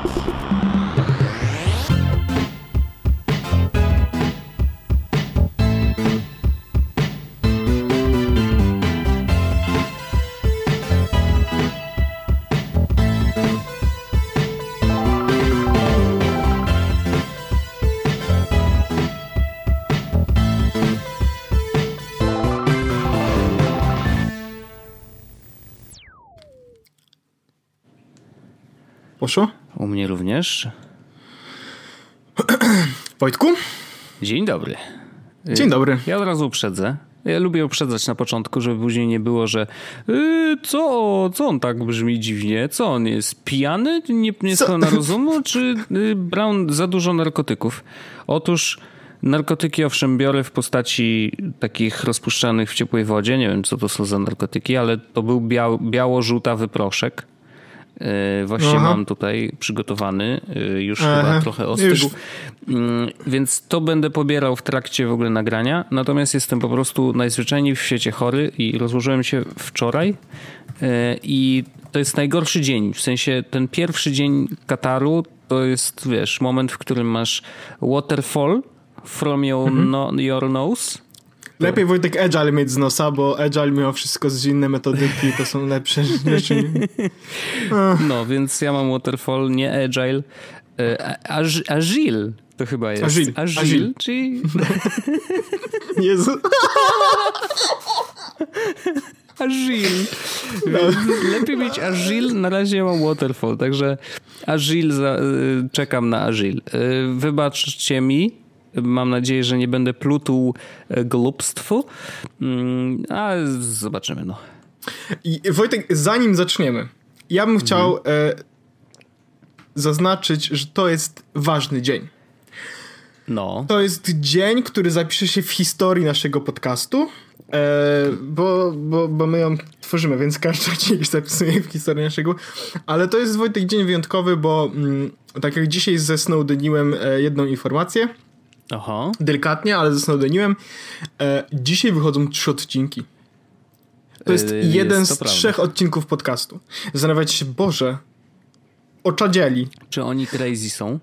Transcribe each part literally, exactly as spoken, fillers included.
Poszło? U mnie również. Wojtku? Dzień dobry. Dzień dobry. Ja od razu uprzedzę. Ja lubię uprzedzać na początku, żeby później nie było, że yy, co, co on tak brzmi dziwnie? Co on jest? Pijany? Nie, nie spełna rozumu? Czy yy, brał za dużo narkotyków? Otóż narkotyki owszem biorę w postaci takich rozpuszczanych w ciepłej wodzie. Nie wiem, co to są za narkotyki, ale to był biał, biało-żółtawy proszek. Yy, właśnie Aha. mam tutaj przygotowany, yy, już Aha. chyba trochę ostygł, już. Yy, więc to będę pobierał w trakcie w ogóle nagrania, natomiast jestem po prostu najzwyczajniej w świecie chory i rozłożyłem się wczoraj yy, i to jest najgorszy dzień, w sensie ten pierwszy dzień kataru to jest, wiesz, moment, w którym masz waterfall from your, mhm. no, your nose. Lepiej Wojtek Agile mieć z nosa, bo Agile mimo wszystko z inne metodyki to są lepsze rzeczy. No, więc ja mam Waterfall, nie Agile. Agile to chyba jest. Agile. Agile, Agile. czyli... Jezu. Agile. No. Lepiej mieć Agile, na razie mam Waterfall, także Agile, za, czekam na Agile. Wybaczcie mi. Mam nadzieję, że nie będę plutł głupstwu, a zobaczymy. No. I Wojtek, zanim zaczniemy, ja bym chciał mhm. e, zaznaczyć, że to jest ważny dzień. No. To jest dzień, który zapisze się w historii naszego podcastu, e, bo, bo, bo my ją tworzymy, więc każdy odcinek zapisuje w historii naszego. Ale to jest, Wojtek, dzień wyjątkowy, bo m, tak jak dzisiaj zesnowdeniłem e, jedną informację, Aha. delikatnie, ale zesnowdeniłem. E, dzisiaj wychodzą trzy odcinki. To jest yy, jeden jest to z prawda. trzech odcinków podcastu. Zastanawiacie się, Boże, oczadzieli. Czy oni crazy są?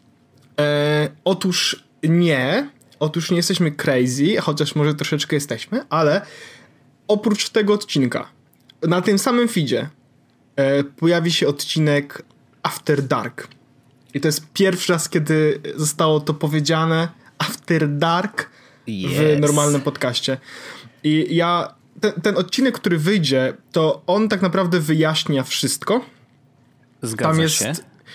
E, otóż nie. Otóż nie jesteśmy crazy, chociaż może troszeczkę jesteśmy, ale oprócz tego odcinka na tym samym feedzie e, pojawi się odcinek After Dark. I to jest pierwszy raz, kiedy zostało to powiedziane After Dark yes. w normalnym podcaście. I ja, ten, ten odcinek, który wyjdzie, to on tak naprawdę wyjaśnia wszystko. Zgadza Tam jest, się.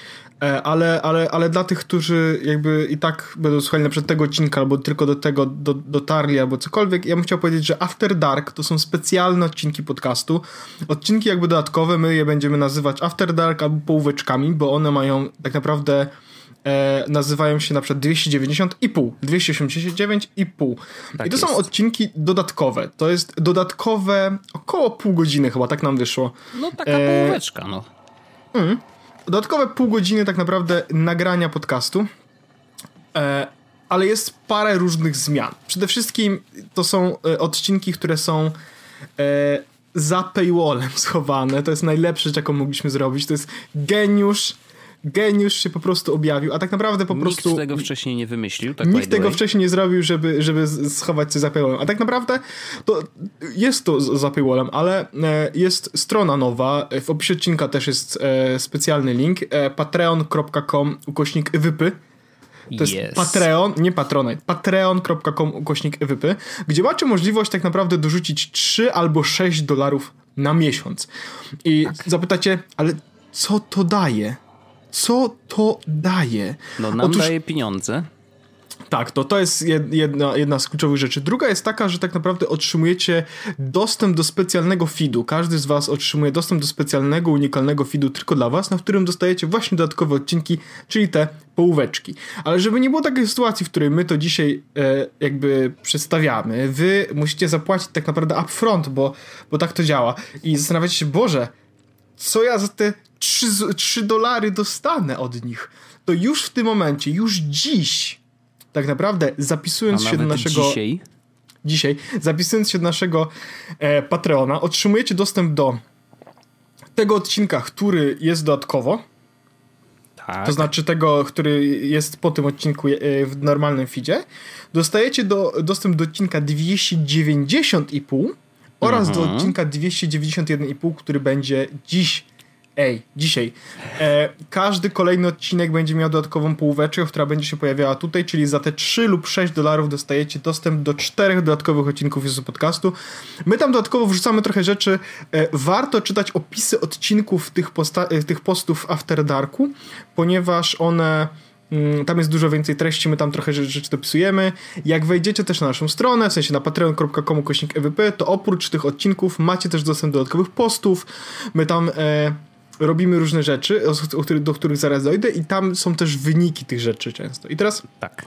Ale, ale, ale dla tych, którzy jakby i tak będą słuchali na przykład tego odcinka, albo tylko do tego do, dotarli, albo cokolwiek, ja bym chciał powiedzieć, że After Dark to są specjalne odcinki podcastu. Odcinki jakby dodatkowe, my je będziemy nazywać After Dark albo połóweczkami, bo one mają tak naprawdę e, nazywają się na przykład dwieście dziewięćdziesiąt i pół, dwieście osiemdziesiąt dziewięć i pół. Tak I to jest. Są odcinki dodatkowe. To jest dodatkowe około pół godziny chyba, tak nam wyszło. No taka e, połóweczka, no. Mm. Dodatkowe pół godziny tak naprawdę nagrania podcastu, e, ale jest parę różnych zmian. Przede wszystkim to są e, odcinki, które są e, za paywallem schowane. To jest najlepsza rzecz, jaką mogliśmy zrobić. To jest geniusz. Geniusz się po prostu objawił, a tak naprawdę po nikt prostu... Nikt tego wcześniej nie wymyślił. Tak nikt tego wcześniej nie zrobił, żeby, żeby schować się za paywallem. A tak naprawdę to jest to za paywallem, ale jest strona nowa. W opisie odcinka też jest specjalny link. patreon kropka com ukośnik wypy. To jest yes. Patreon, nie Patronite. patreon kropka com ukośnik wypy, gdzie macie możliwość tak naprawdę dorzucić trzy albo sześć dolarów na miesiąc. I tak. zapytacie, ale co to daje? Co to daje? No nam Otóż, daje pieniądze. Tak, to, to jest jedna, jedna z kluczowych rzeczy. Druga jest taka, że tak naprawdę otrzymujecie dostęp do specjalnego feedu. Każdy z was otrzymuje dostęp do specjalnego, unikalnego feedu tylko dla was, na którym dostajecie właśnie dodatkowe odcinki, czyli te połóweczki. Ale żeby nie było takiej sytuacji, w której my to dzisiaj e, jakby przedstawiamy, wy musicie zapłacić tak naprawdę upfront, bo, bo tak to działa. I zastanawiacie się, Boże, co ja za te trzy dolary dostanę od nich? To już w tym momencie, już dziś, tak naprawdę zapisując się do naszego... dzisiaj? Dzisiaj, zapisując się do naszego e, Patreona, otrzymujecie dostęp do tego odcinka, który jest dodatkowo. Tak. to znaczy tego, który jest po tym odcinku w normalnym feedzie, dostajecie do, dostęp do odcinka dwieście dziewięćdziesiąt i pół oraz mhm. do odcinka dwieście dziewięćdziesiąt jeden i pół, który będzie dziś. Ej, dzisiaj. E, każdy kolejny odcinek będzie miał dodatkową półweczkę, która będzie się pojawiała tutaj, czyli za te trzy lub sześć dolarów dostajecie dostęp do czterech dodatkowych odcinków Jezu Podcastu. My tam dodatkowo wrzucamy trochę rzeczy. E, warto czytać opisy odcinków tych, posta- tych postów w After Darku, ponieważ one... Tam jest dużo więcej treści, my tam trochę rzeczy dopisujemy. Jak wejdziecie też na naszą stronę, w sensie na patreon kropka com ukośnik E W P, to oprócz tych odcinków macie też dostęp do dodatkowych postów. My tam e, robimy różne rzeczy, o, o, do których zaraz dojdę, i tam są też wyniki tych rzeczy często. I teraz tak.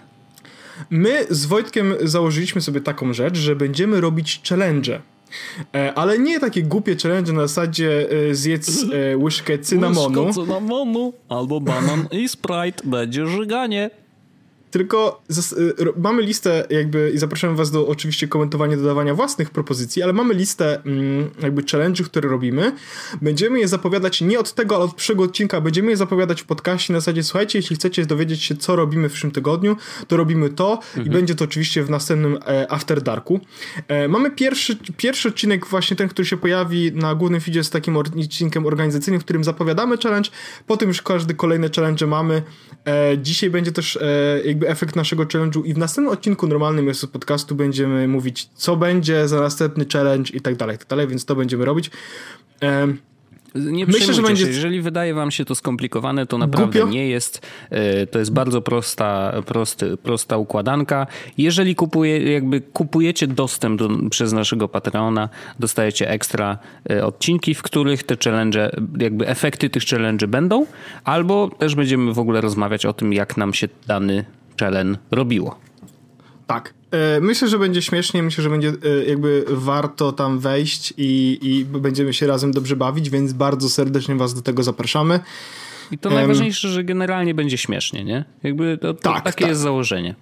My z Wojtkiem założyliśmy sobie taką rzecz, że będziemy robić challenge. Ale nie takie głupie challenge na zasadzie e, zjedz e, łyżkę cynamonu. Łyżka cynamonu albo banan i Sprite, będzie żyganie. Tylko zas- r- mamy listę jakby i zapraszamy was do oczywiście komentowania, dodawania własnych propozycji, ale mamy listę mm, jakby challenge'ów, które robimy. Będziemy je zapowiadać nie od tego, ale od przyszłego odcinka. Będziemy je zapowiadać w podcaście na zasadzie, słuchajcie, jeśli chcecie dowiedzieć się, co robimy w przyszłym tygodniu, to robimy to mhm. i będzie to oczywiście w następnym e, After Darku. E, mamy pierwszy, pierwszy odcinek, właśnie ten, który się pojawi na głównym feedzie, z takim or- odcinkiem organizacyjnym, w którym zapowiadamy challenge, potem już każdy kolejny challenge mamy. E, dzisiaj będzie też e, jakby efekt naszego challenge'u i w następnym odcinku normalnym jest podcastu będziemy mówić, co będzie za następny challenge i tak dalej, tak dalej, więc to będziemy robić. Um, Nie myślę, że będzie... się. Jeżeli wydaje wam się to skomplikowane, to naprawdę głupio. Nie jest. To jest bardzo prosta, prosty, prosta układanka. Jeżeli kupuje, jakby kupujecie dostęp do, przez naszego Patreona, dostajecie ekstra odcinki, w których te challenge, jakby efekty tych challenge będą, albo też będziemy w ogóle rozmawiać o tym, jak nam się dany challenge robiło. Tak. Myślę, że będzie śmiesznie, myślę, że będzie jakby warto tam wejść i, i będziemy się razem dobrze bawić, więc bardzo serdecznie was do tego zapraszamy. I to um, najważniejsze, że generalnie będzie śmiesznie, nie? Jakby to, to tak, takie tak. jest założenie.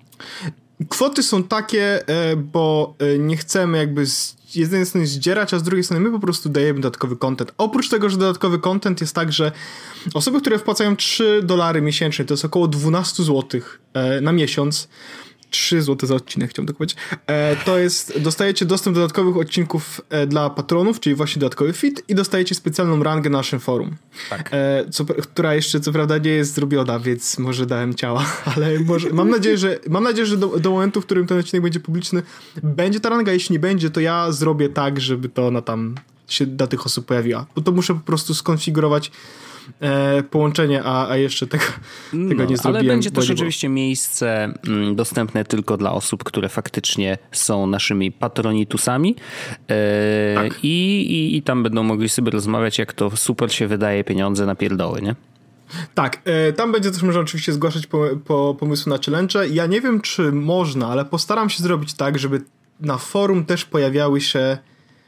Kwoty są takie, bo nie chcemy jakby z jednej strony zdzierać, a z drugiej strony my po prostu dajemy dodatkowy content. Oprócz tego, że dodatkowy content jest tak, że osoby, które wpłacają trzy dolary miesięcznie, to jest około dwanaście złotych na miesiąc, trzy złote za odcinek, chciałem tak powiedzieć. E, to jest, dostajecie dostęp do dodatkowych odcinków e, dla patronów, czyli właśnie dodatkowy feed i dostajecie specjalną rangę na naszym forum. Tak. E, co, która jeszcze co prawda nie jest zrobiona, więc może dałem ciała, ale może, mam nadzieję, że mam nadzieję, że do, do momentu, w którym ten odcinek będzie publiczny, będzie ta ranga. Jeśli nie będzie, to ja zrobię tak, żeby to ona tam się dla tych osób pojawiła. Bo to muszę po prostu skonfigurować E, połączenie, a, a jeszcze tego, no, tego nie zrobiłem. Ale będzie też oczywiście miejsce m, dostępne tylko dla osób, które faktycznie są naszymi patronitusami e, tak. i, i, i tam będą mogli sobie rozmawiać, jak to super się wydaje pieniądze na pierdoły, nie? Tak, e, tam będzie też można oczywiście zgłaszać po, po pomysły na challenge. Ja nie wiem, czy można, ale postaram się zrobić tak, żeby na forum też pojawiały się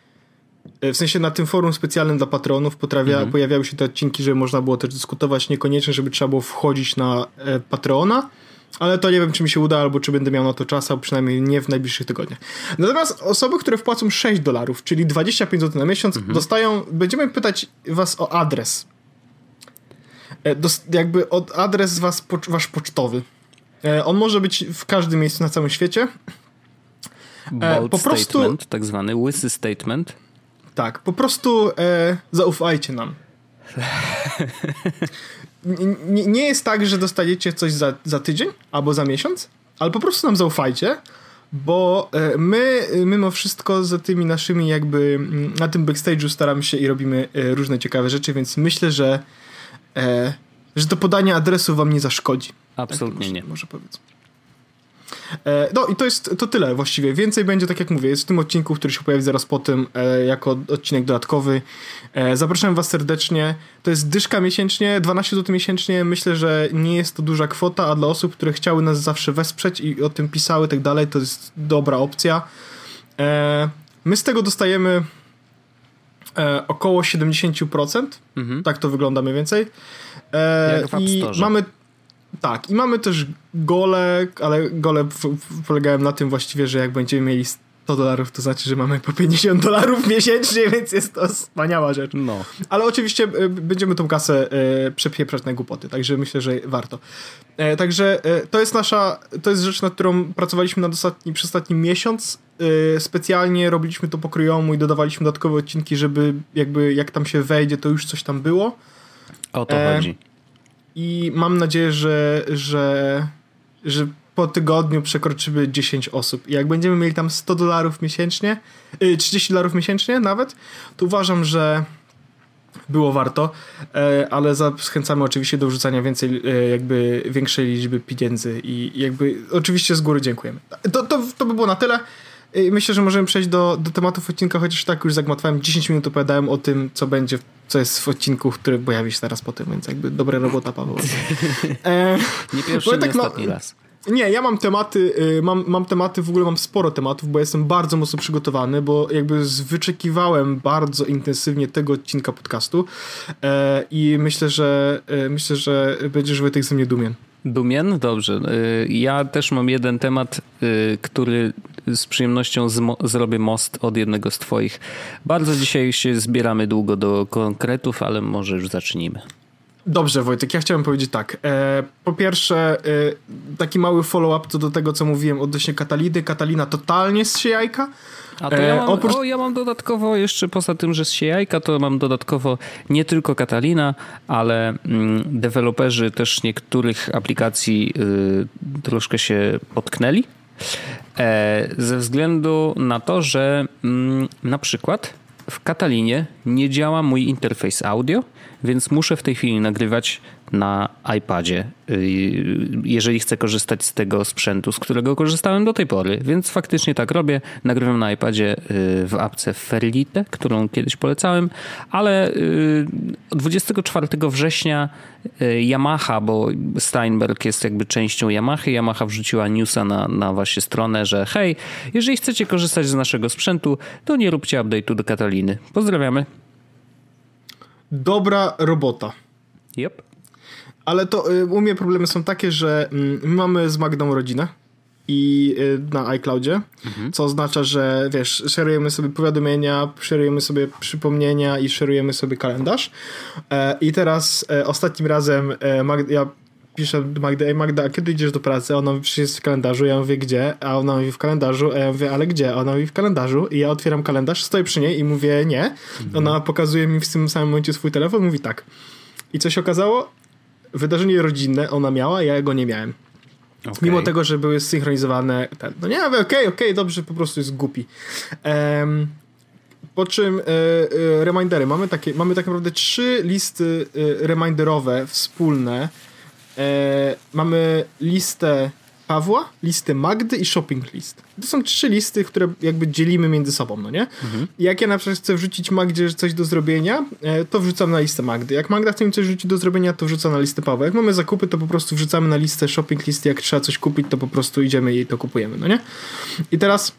w sensie na tym forum specjalnym dla patronów potrawia, mhm. pojawiały się te odcinki, żeby można było też dyskutować, niekoniecznie, żeby trzeba było wchodzić na e, Patreona, ale to nie wiem, czy mi się uda, albo czy będę miał na to czas, a przynajmniej nie w najbliższych tygodniach. Natomiast osoby, które wpłacą sześć dolarów, czyli dwadzieścia pięć złotych na miesiąc, mhm. dostają, będziemy pytać was o adres. E, dos, jakby od adres was, po, wasz pocztowy. E, on może być w każdym miejscu na całym świecie. E, Bold po prostu, statement, tak zwany łysy statement. Tak, po prostu e, zaufajcie nam. nie, nie jest tak, że dostaniecie coś za, za tydzień albo za miesiąc, ale po prostu nam zaufajcie, bo e, my mimo wszystko za tymi naszymi jakby na tym backstage'u staramy się i robimy e, różne ciekawe rzeczy, więc myślę, że e, że to podanie adresu wam nie zaszkodzi. Absolutnie tak, nie. Może powiedz. No i to jest to tyle właściwie. Więcej będzie, tak jak mówię, jest w tym odcinku, który się pojawi zaraz po tym e, jako odcinek dodatkowy. E, zapraszam was serdecznie. To jest dyszka miesięcznie, dwanaście złotych miesięcznie. Myślę, że nie jest to duża kwota, a dla osób, które chciały nas zawsze wesprzeć i o tym pisały i tak dalej, to jest dobra opcja. E, my z tego dostajemy e, około siedemdziesiąt procent. Mhm. Tak to wygląda mniej więcej. E, jak w I mamy Tak, i mamy też gole, ale gole polegają na tym właściwie, że jak będziemy mieli sto dolarów, to znaczy, że mamy po pięćdziesiąt dolarów miesięcznie, więc jest to wspaniała rzecz. No. Ale oczywiście y, będziemy tą kasę y, przepieprzać na głupoty, także myślę, że warto. E, także y, to jest nasza, to jest rzecz, nad którą pracowaliśmy nad ostatni, przez ostatni miesiąc. Y, specjalnie robiliśmy to po kryjomu i dodawaliśmy dodatkowe odcinki, żeby jakby jak tam się wejdzie, to już coś tam było. O to e, chodzi. I mam nadzieję, że, że, że po tygodniu przekroczymy dziesięć osób. I jak będziemy mieli tam sto dolarów miesięcznie, trzydzieści dolarów miesięcznie nawet, to uważam, że było warto, ale zachęcamy oczywiście do wrzucania więcej, jakby większej liczby pieniędzy i jakby oczywiście z góry dziękujemy. To, to, to by było na tyle. Myślę, że możemy przejść do, do tematów odcinka, chociaż tak już zagmatwałem dziesięć minut, opowiadałem o tym, co będzie, co jest w odcinku, który pojawi się teraz po tym, więc jakby dobra robota, Paweł. E, nie pierwszy, nie tak, ostatni no, raz. Nie, ja mam tematy, mam, mam tematy, w ogóle mam sporo tematów, bo jestem bardzo mocno przygotowany, bo jakby wyczekiwałem bardzo intensywnie tego odcinka podcastu e, i myślę, że e, myślę, że będziesz Wojtek ze mnie dumien. Dumien? Dobrze. Ja też mam jeden temat, który z przyjemnością zmo- zrobię most od jednego z twoich. Bardzo dzisiaj się zbieramy długo do konkretów, ale może już zacznijmy. Dobrze, Wojtek, ja chciałem powiedzieć tak. E, po pierwsze, e, taki mały follow-up co do tego, co mówiłem odnośnie Kataliny. Katalina totalnie z się jajka. A to ja mam, e, oprócz... o, ja mam dodatkowo jeszcze, poza tym, że z się jajka, to mam dodatkowo nie tylko Katalina, ale mm, deweloperzy też niektórych aplikacji y, troszkę się potknęli. E, ze względu na to, że mm, na przykład w Katalinie nie działa mój interfejs audio, więc muszę w tej chwili nagrywać na iPadzie, jeżeli chcę korzystać z tego sprzętu, z którego korzystałem do tej pory. Więc faktycznie tak robię. Nagrywam na iPadzie w apce Ferlite, którą kiedyś polecałem, ale dwudziestego czwartego września Yamaha, bo Steinberg jest jakby częścią Yamahy, Yamaha wrzuciła newsa na, na właśnie stronę, że hej, jeżeli chcecie korzystać z naszego sprzętu, to nie róbcie update'u do Kataliny. Pozdrawiamy. Dobra robota. Yep. Ale to y, u mnie problemy są takie, że y, my mamy z Magdą rodzinę i y, na iCloudzie, mhm. co oznacza, że wiesz, szerujemy sobie powiadomienia, szerujemy sobie przypomnienia i szerujemy sobie kalendarz. E, I teraz e, ostatnim razem e, Magda, ja piszę do Magdy, ej Magda, a kiedy idziesz do pracy? A ona mówi, jest w kalendarzu, ja mówię, gdzie? A ona mówi w kalendarzu, a ja mówię, ale gdzie? A ona mówi w kalendarzu i ja otwieram kalendarz, stoję przy niej i mówię, nie. Mhm. Ona pokazuje mi w tym samym momencie swój telefon, mówi tak. I co się okazało? Wydarzenie rodzinne ona miała, ja go nie miałem. Okay. Mimo tego, że były zsynchronizowane. Ten, no nie, ja mówię, okej, okay, okej, okay, dobrze, po prostu jest głupi. Um, po czym e, e, remindery. Mamy takie, mamy tak naprawdę trzy listy e, reminderowe wspólne. E, mamy listę Pawła, listę Magdy i shopping list. To są trzy listy, które jakby dzielimy między sobą, no nie? Mhm. Jak ja na przykład chcę wrzucić Magdzie coś do zrobienia, to wrzucam na listę Magdy. Jak Magda chce mi coś wrzucić do zrobienia, to wrzucam na listę Pawła. Jak mamy zakupy, to po prostu wrzucamy na listę shopping list. Jak trzeba coś kupić, to po prostu idziemy i to kupujemy, no nie? I teraz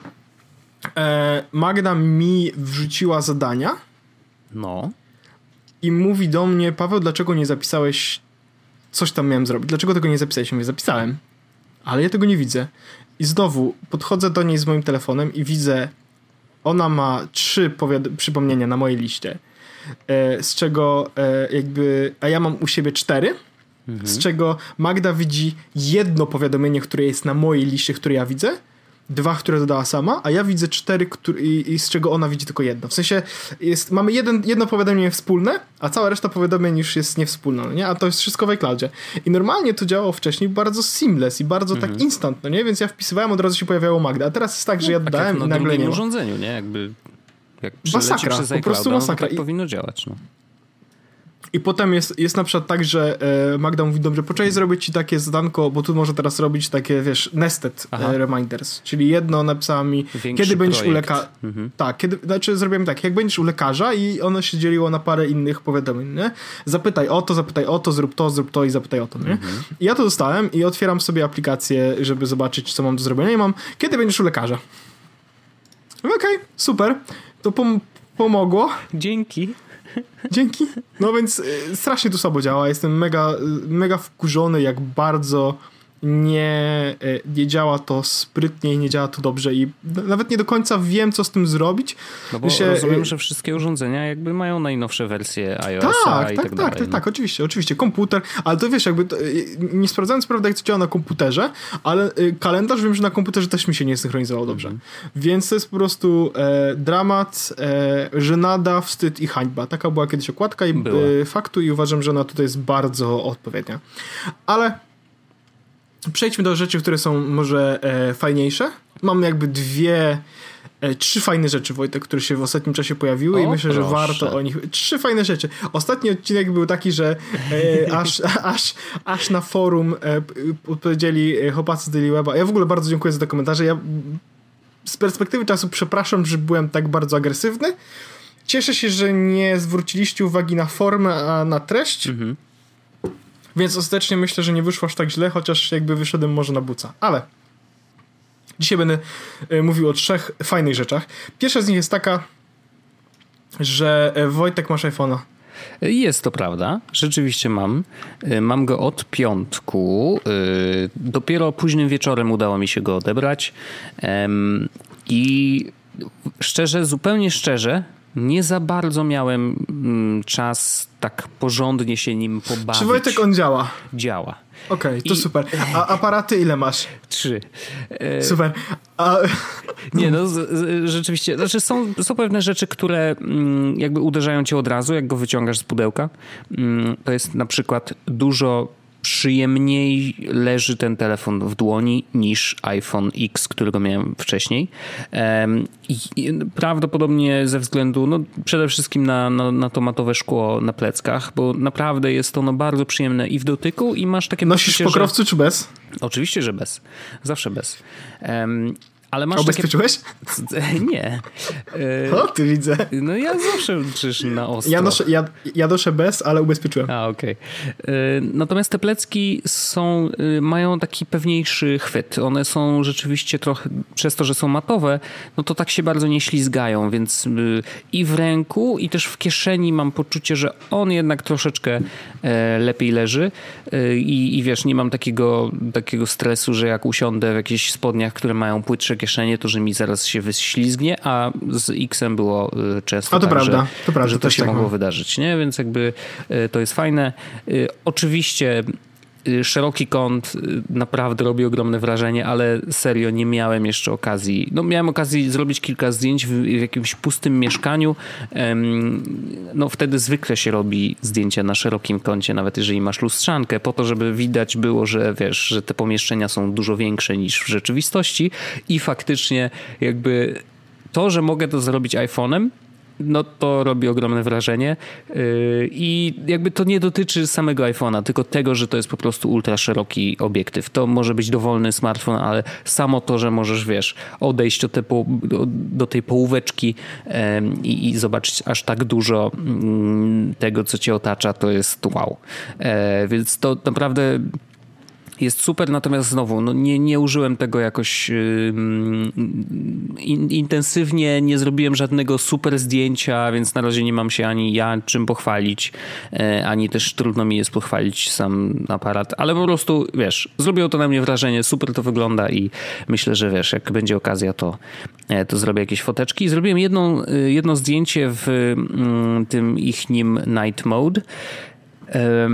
e, Magda mi wrzuciła zadania. No. I mówi do mnie, Paweł, dlaczego nie zapisałeś, coś tam miałem zrobić? Dlaczego tego nie zapisałeś? Ja mówię, zapisałem. Ale ja tego nie widzę. I znowu podchodzę do niej z moim telefonem i widzę, ona ma trzy powiad- przypomnienia na mojej liście, e, z czego e, jakby, a ja mam u siebie cztery, mhm. z czego Magda widzi jedno powiadomienie, które jest na mojej liście, które ja widzę, dwa, które dodała sama, a ja widzę cztery, który, i, i z czego ona widzi tylko jedno. W sensie jest, mamy jeden, jedno powiadomienie wspólne, a cała reszta powiadomień już jest niewspólna, no nie? A to jest wszystko w iCloudzie. I normalnie to działało wcześniej bardzo seamless i bardzo mhm. tak instant, no nie? Więc ja wpisywałem, od razu się pojawiało Magda. A teraz jest tak, że ja no, dodałem tak i nagle nie ma. urządzeniu, nie? Jakby jak masakra, przez po prostu masakra. No, tak powinno działać, no. I potem jest, jest na przykład tak, że e, Magda mówi, dobrze, poczekaj, zrobić ci takie zadanko, bo tu może teraz robić takie, wiesz, nested e, reminders, czyli jedno napisała mi, większy kiedy będziesz projekt. u lekarza, mhm. tak, kiedy, znaczy zrobiłem tak, jak będziesz u lekarza i ono się dzieliło na parę innych powiadomień, nie? Zapytaj o to, zapytaj o to, zrób to, zrób to i zapytaj o to, nie? Mhm. I ja to dostałem i otwieram sobie aplikację, żeby zobaczyć, co mam do zrobienia i mam, kiedy będziesz u lekarza? Okej, okay, super, to pom- pomogło. Dzięki. Dzięki. No więc y, strasznie to słabo działa. Jestem mega, mega wkurzony, jak bardzo nie, nie działa to sprytnie i nie działa to dobrze i nawet nie do końca wiem, co z tym zrobić. No bo się, rozumiem, że wszystkie urządzenia jakby mają najnowsze wersje iOS-a tak, i tak, tak, tak dalej. Tak, tak, tak, oczywiście, oczywiście. Komputer, ale to wiesz, jakby to, nie sprawdzając, prawda, jak to działa na komputerze, ale kalendarz wiem, że na komputerze też mi się nie synchronizował dobrze. Mm. Więc to jest po prostu e, dramat, e, żenada, wstyd i hańba. Taka była kiedyś okładka i e, faktu i uważam, że ona tutaj jest bardzo odpowiednia. Ale przejdźmy do rzeczy, które są może e, fajniejsze. Mam jakby dwie, e, trzy fajne rzeczy, Wojtek, które się w ostatnim czasie pojawiły o, i myślę, proszę. że warto o nich... Trzy fajne rzeczy. Ostatni odcinek był taki, że e, aż, aż, aż na forum e, odpowiedzieli chłopacy z Daily Weba. Ja w ogóle bardzo dziękuję za te komentarze. Ja z perspektywy czasu przepraszam, że byłem tak bardzo agresywny. Cieszę się, że nie zwróciliście uwagi na formę, a na treść. Mhm. Więc ostatecznie myślę, że nie wyszło aż tak źle, chociaż jakby wyszedłem może na buca. Ale dzisiaj będę y, mówił o trzech fajnych rzeczach. Pierwsza z nich jest taka, że Wojtek, masz iPhone'a. Jest to prawda. Rzeczywiście mam. Mam go od piątku. Dopiero późnym wieczorem udało mi się go odebrać. I szczerze, zupełnie szczerze, nie za bardzo miałem czas tak porządnie się nim pobawić. Czy Wojtek on działa? Działa. Okej, okay, to I... super. A aparaty ile masz? Trzy. Super. A... Nie, no z, z, rzeczywiście. Znaczy są, są pewne rzeczy, które mm, jakby uderzają cię od razu, jak go wyciągasz z pudełka. Mm, to jest na przykład dużo przyjemniej leży ten telefon w dłoni niż iPhone X, którego miałem wcześniej. Um, i prawdopodobnie ze względu no, przede wszystkim na, na, na to matowe szkło na pleckach, bo naprawdę jest ono bardzo przyjemne i w dotyku i masz takie Nosisz poczucie, w pokrowcu że... czy bez? Oczywiście, że bez. Zawsze bez. Um, Ale masz A ubezpieczyłeś? Takie... Nie. O, ty widzę. No ja zawsze czyż na ostro. Ja, noszę, ja, ja noszę bez, ale ubezpieczyłem. A, okej. Okay. Natomiast te plecki są, mają taki pewniejszy chwyt. One są rzeczywiście trochę, przez to, że są matowe, no to tak się bardzo nie ślizgają, więc i w ręku, i też w kieszeni mam poczucie, że on jednak troszeczkę lepiej leży i, i wiesz, nie mam takiego, takiego stresu, że jak usiądę w jakichś spodniach, które mają płytsze kieszenie, to że mi zaraz się wyślizgnie, a z X-em było często a to tak, prawda, że, to, prawda, że to się tak mogło mam. wydarzyć, nie? Więc jakby to jest fajne. Oczywiście szeroki kąt naprawdę robi ogromne wrażenie, ale serio nie miałem jeszcze okazji. No miałem okazji zrobić kilka zdjęć w, w jakimś pustym mieszkaniu. No wtedy zwykle się robi zdjęcia na szerokim kącie, nawet jeżeli masz lustrzankę, po to, żeby widać było, że wiesz, że te pomieszczenia są dużo większe niż w rzeczywistości i faktycznie jakby to, że mogę to zrobić iPhone'em, no to robi ogromne wrażenie i jakby to nie dotyczy samego iPhone'a, tylko tego, że to jest po prostu ultra szeroki obiektyw. To może być dowolny smartfon, ale samo to, że możesz, wiesz, odejść do, te, do tej połóweczki i, i zobaczyć aż tak dużo tego, co cię otacza, to jest wow. Więc to naprawdę jest super, natomiast znowu no nie, nie użyłem tego jakoś yy, in, intensywnie, nie zrobiłem żadnego super zdjęcia, więc na razie nie mam się ani ja czym pochwalić, yy, ani też trudno mi jest pochwalić sam aparat, ale po prostu, wiesz, zrobiło to na mnie wrażenie, super to wygląda i myślę, że wiesz, jak będzie okazja, to, yy, to zrobię jakieś foteczki. Zrobiłem jedną, yy, jedno zdjęcie w yy, tym ich nim Night Mode yy,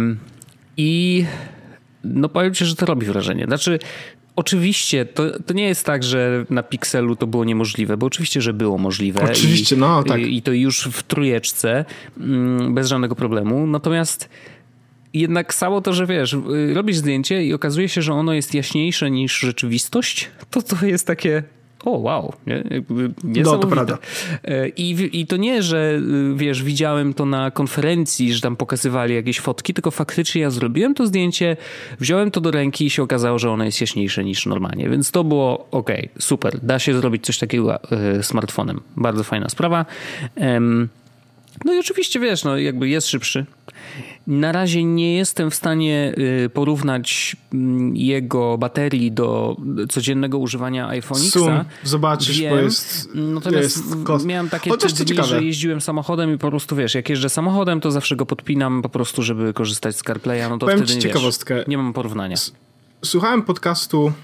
i no powiem ci, że to robi wrażenie. Znaczy, oczywiście, to, to nie jest tak, że na Pixelu to było niemożliwe, bo oczywiście, że było możliwe. Oczywiście, i, no tak. I, I to już w trójeczce, bez żadnego problemu. Natomiast jednak samo to, że wiesz, robisz zdjęcie i okazuje się, że ono jest jaśniejsze niż rzeczywistość, to to jest takie... O, wow. Nie? No, to prawda. I, I to nie, że wiesz, widziałem to na konferencji, że tam pokazywali jakieś fotki, tylko faktycznie ja zrobiłem to zdjęcie, wziąłem to do ręki i się okazało, że ono jest jaśniejsze niż normalnie. Więc to było okej, okay, super. Da się zrobić coś takiego smartfonem. Bardzo fajna sprawa. No i oczywiście, wiesz, no jakby jest szybszy. Na razie nie jestem w stanie porównać jego baterii do codziennego używania iPhone X-a. Zobaczysz, Wiem, bo jest natomiast jest kost... miałem takie dni, że jeździłem samochodem i po prostu, wiesz, jak jeżdżę samochodem, to zawsze go podpinam po prostu, żeby korzystać z CarPlaya, no to Powiem wtedy ci nie, ciekawostkę. Wiesz, nie mam porównania. słuchałem podcastu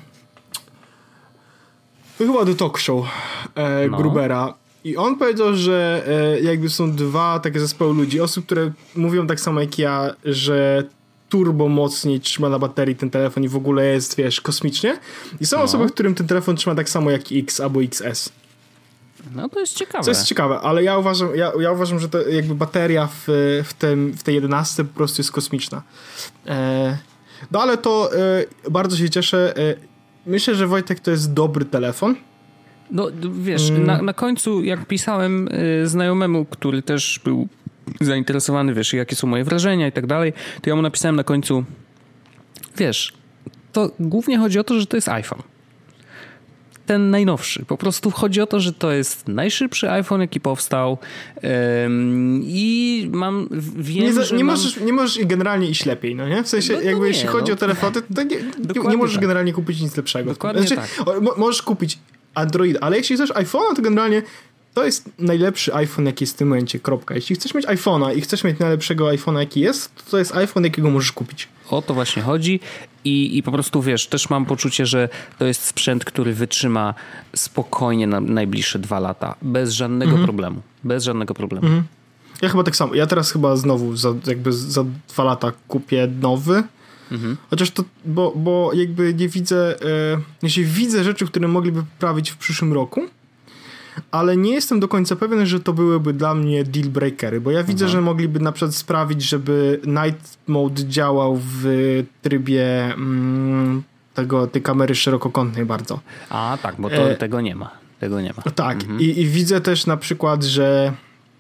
chyba The Talk Show e, no. Grubera i on powiedział, że e, jakby są dwa takie zespoły ludzi, osób, które mówią tak samo jak ja, że turbo mocniej trzyma na baterii ten telefon i w ogóle jest, wiesz, kosmicznie. I są no. osoby, którym ten telefon trzyma tak samo jak X albo X S. No to jest ciekawe. To jest ciekawe, ale ja uważam, ja, ja uważam, że to jakby bateria w, w, tym, w tej jedenastce po prostu jest kosmiczna. E, no ale to e, bardzo się cieszę. E, myślę, że Wojtek to jest dobry telefon. No wiesz, mm. na, na końcu jak pisałem y, znajomemu, który też był zainteresowany, wiesz, jakie są moje wrażenia i tak dalej, to ja mu napisałem na końcu, wiesz, to głównie chodzi o to, że to jest iPhone. Ten najnowszy. Po prostu chodzi o to, że to jest najszybszy iPhone, jaki powstał ym, i mam, wiem, nie, za, że nie, mam... możesz, nie możesz generalnie iść lepiej, no nie? W sensie, no, jakby nie, jeśli chodzi no. o telefony, to nie, nie, nie możesz tak. generalnie kupić nic lepszego. Dokładnie znaczy, tak. O, możesz kupić Android, ale jeśli chcesz iPhone'a, to generalnie to jest najlepszy iPhone, jaki jest w tym momencie, kropka. Jeśli chcesz mieć iPhone'a i chcesz mieć najlepszego iPhone'a, jaki jest, to to jest iPhone, jakiego możesz kupić. O to właśnie chodzi i, i po prostu wiesz, też mam poczucie, że to jest sprzęt, który wytrzyma spokojnie na najbliższe dwa lata, bez żadnego mhm. problemu. Bez żadnego problemu. Mhm. Ja chyba tak samo. Ja teraz chyba znowu za, jakby za dwa lata kupię nowy. Mhm. Chociaż to, bo, bo jakby nie widzę, e, jeśli widzę rzeczy, które mogliby poprawić w przyszłym roku, ale nie jestem do końca pewien, że to byłyby dla mnie deal breakery, bo ja widzę, Aha. że mogliby na przykład sprawić, żeby Night Mode działał w trybie mm, tego, tej kamery szerokokątnej bardzo. A tak, bo to, e, tego nie ma. Tego nie ma. Tak. Mhm. I, I widzę też na przykład, że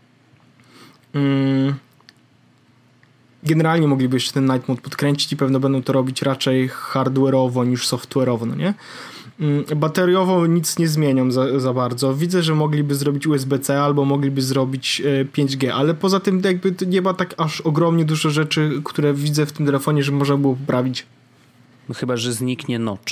mm, generalnie mogliby jeszcze ten Night Mode podkręcić i pewno będą to robić raczej hardware'owo niż software'owo, no nie? Bateriowo nic nie zmienią za, za bardzo. Widzę, że mogliby zrobić U S B C albo mogliby zrobić pięć G, ale poza tym jakby nie ma tak aż ogromnie dużo rzeczy, które widzę w tym telefonie, że można było poprawić. No chyba, że zniknie notch.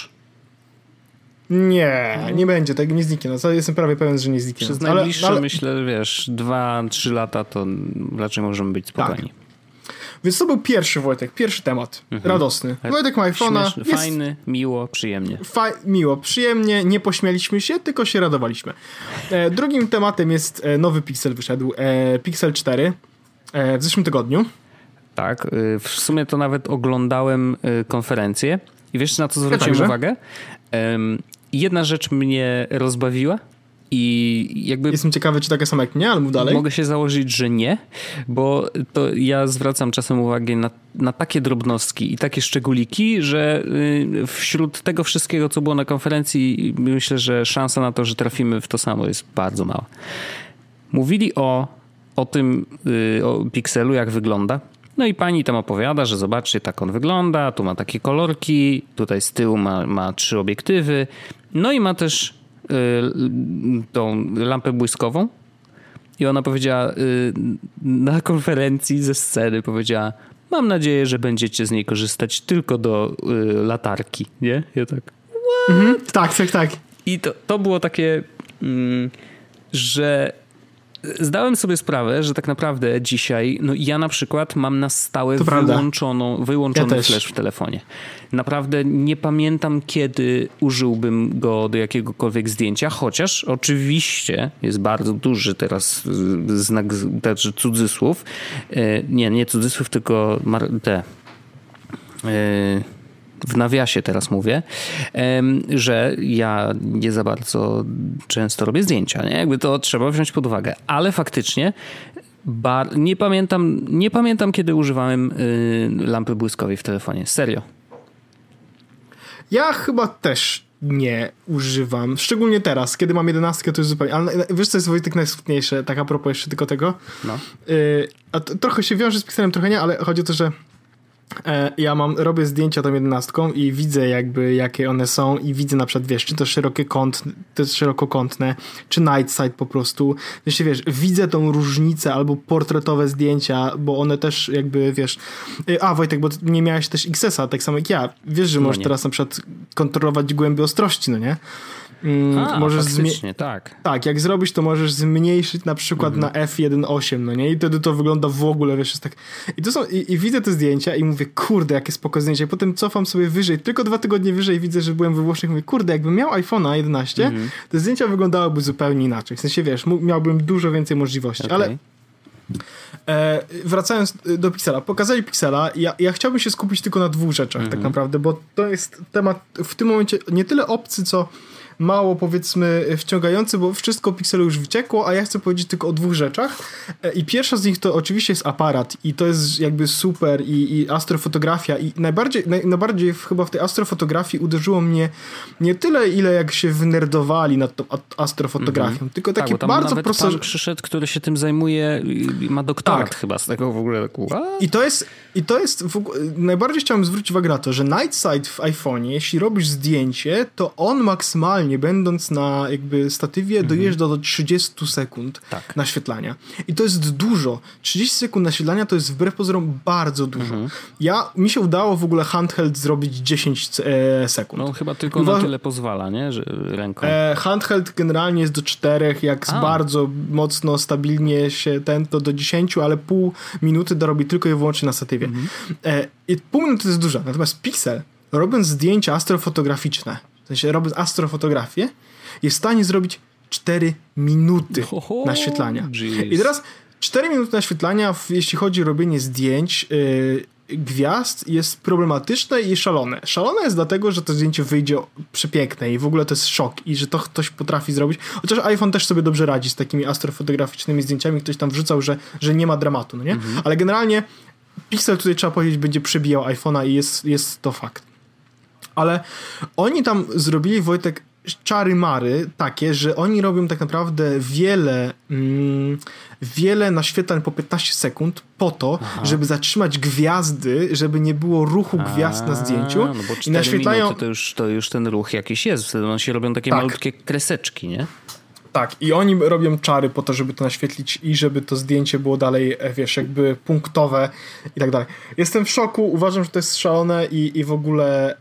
Nie, nie będzie, tak nie zniknie. No, jestem prawie pewien, że nie zniknie. Przez najbliższe, ale, ale... myślę, wiesz, dwa, trzy lata to raczej możemy być spokojni. Tak. Więc to był pierwszy, Wojtek, pierwszy temat. Mhm. Radosny. Wojtek ma iPhone'a. Jest... Fajny, miło, przyjemnie. Fa- miło, przyjemnie. Nie pośmialiśmy się, tylko się radowaliśmy. E, drugim tematem jest e, nowy Pixel wyszedł. E, Pixel cztery e, w zeszłym tygodniu. Tak, w sumie to nawet oglądałem konferencję i wiesz, na co zwróciłem ja uwagę? Jedna rzecz mnie rozbawiła i jakby... Jestem ciekawy, czy taka sama jak mnie, ale mów dalej. Mogę się założyć, że nie, bo to ja zwracam czasem uwagę na, na takie drobnostki i takie szczególiki, że wśród tego wszystkiego, co było na konferencji, myślę, że szansa na to, że trafimy w to samo jest bardzo mała. Mówili o, o tym, o Pixelu, jak wygląda. No i pani tam opowiada, że zobaczcie, tak on wygląda, tu ma takie kolorki, tutaj z tyłu ma, ma trzy obiektywy, no i ma też y, tą lampę błyskową. I ona powiedziała y, na konferencji ze sceny, powiedziała, mam nadzieję, że będziecie z niej korzystać tylko do y, latarki, nie? Ja tak, mhm, tak, tak, tak. I to, to było takie, mm, że zdałem sobie sprawę, że tak naprawdę dzisiaj, no ja na przykład mam na stałe wyłączoną, wyłączony ja flash w telefonie. Naprawdę nie pamiętam, kiedy użyłbym go do jakiegokolwiek zdjęcia, chociaż oczywiście jest bardzo duży teraz znak, znaczy cudzysłów. Nie, nie cudzysłów, tylko te... w nawiasie teraz mówię, że ja nie za bardzo często robię zdjęcia, nie? Jakby to trzeba wziąć pod uwagę, ale faktycznie bar- nie pamiętam, nie pamiętam, kiedy używałem y, lampy błyskowej w telefonie. Serio. Ja chyba też nie używam, szczególnie teraz, kiedy mam jedenastkę, to jest zupełnie, ale wiesz, co jest, Wojtek, najsmutniejsze, tak a propos jeszcze tylko tego, no. y, a to, trochę się wiąże z Pixelem, trochę nie, ale chodzi o to, że ja mam, robię zdjęcia tą jedenastką i widzę jakby jakie one są i widzę na przykład, wiesz, czy to szerokie kątne, to jest szerokokątne, czy night sight po prostu. Wiesz, wiesz, widzę tą różnicę albo portretowe zdjęcia, bo one też jakby, wiesz... A, Wojtek, bo nie miałeś też X S a, tak samo jak ja. Wiesz, że no możesz nie. teraz na przykład kontrolować głębię ostrości, no nie? A, możesz faktycznie, zmi- tak. Tak, jak zrobisz, to możesz zmniejszyć na przykład mhm. na F jeden osiem, no nie? I wtedy to wygląda w ogóle, wiesz, jest tak... I to są, i, i widzę te zdjęcia i mówię, kurde, jakie spoko zdjęcia. I potem cofam sobie wyżej, tylko dwa tygodnie wyżej widzę, że byłem we Włoszech i mówię, kurde, jakbym miał iPhone'a jedenaście, mhm. te zdjęcia wyglądałyby zupełnie inaczej. W sensie, wiesz, miałbym dużo więcej możliwości, okay. ale... E, wracając do Pixela, pokazali Pixela, ja, ja chciałbym się skupić tylko na dwóch rzeczach mm-hmm. tak naprawdę, bo to jest temat w tym momencie nie tyle obcy, co mało, powiedzmy, wciągający, bo wszystko o Pixelu już wyciekło, a ja chcę powiedzieć tylko o dwóch rzeczach. I pierwsza z nich to oczywiście jest aparat i to jest jakby super i, i astrofotografia i najbardziej, naj, najbardziej chyba w tej astrofotografii uderzyło mnie nie tyle, ile jak się wynerdowali nad tą astrofotografią, mm-hmm. tylko takie tak, bo tam bardzo nawet proste... pan przyszedł, który się tym zajmuje i ma doktorat tak. chyba z tego w ogóle. I to jest, i to jest w ogóle, najbardziej chciałem zwrócić uwagę na to, że Night Sight w iPhone'ie, jeśli robisz zdjęcie, to on maksymalnie nie będąc na jakby statywie, mhm. dojeżdża do trzydzieści sekund tak. naświetlania. I to jest dużo. trzydzieści sekund naświetlania to jest wbrew pozorom bardzo dużo. Mhm. Ja, mi się udało w ogóle handheld zrobić dziesięć e, sekund. No chyba tylko Uwa- na tyle pozwala, nie? Że ręką. E, handheld generalnie jest do czterech, jak A. bardzo mocno, stabilnie się ten, to do dziesięciu, ale pół minuty dorobi tylko i wyłącznie na statywie. Mhm. E, I pół minuty to jest dużo. Natomiast Pixel, robiąc zdjęcia astrofotograficzne, w sensie robiąc astrofotografię, jest w stanie zrobić cztery minuty Oho, naświetlania. Geez. I teraz cztery minuty naświetlania, jeśli chodzi o robienie zdjęć yy, gwiazd, jest problematyczne i szalone. Szalone jest dlatego, że to zdjęcie wyjdzie przepiękne i w ogóle to jest szok i że to ktoś potrafi zrobić. Chociaż iPhone też sobie dobrze radzi z takimi astrofotograficznymi zdjęciami. Ktoś tam wrzucał, że, że nie ma dramatu, no nie? Mhm. Ale generalnie Pixel tutaj, trzeba powiedzieć, będzie przebijał iPhone'a i jest, jest to fakt. Ale oni tam zrobili, Wojtek, czary-mary takie, że oni robią tak naprawdę wiele mm, wiele naświetlań po piętnaście sekund po to, Aha. żeby zatrzymać gwiazdy, żeby nie było ruchu A, gwiazd na zdjęciu. No bo i naświetlają... to już, to już ten ruch jakiś jest. Wtedy one się robią takie tak. malutkie kreseczki, nie? Tak, i oni robią czary po to, żeby to naświetlić i żeby to zdjęcie było dalej, wiesz, jakby punktowe i tak dalej. Jestem w szoku, uważam, że to jest szalone i, i w ogóle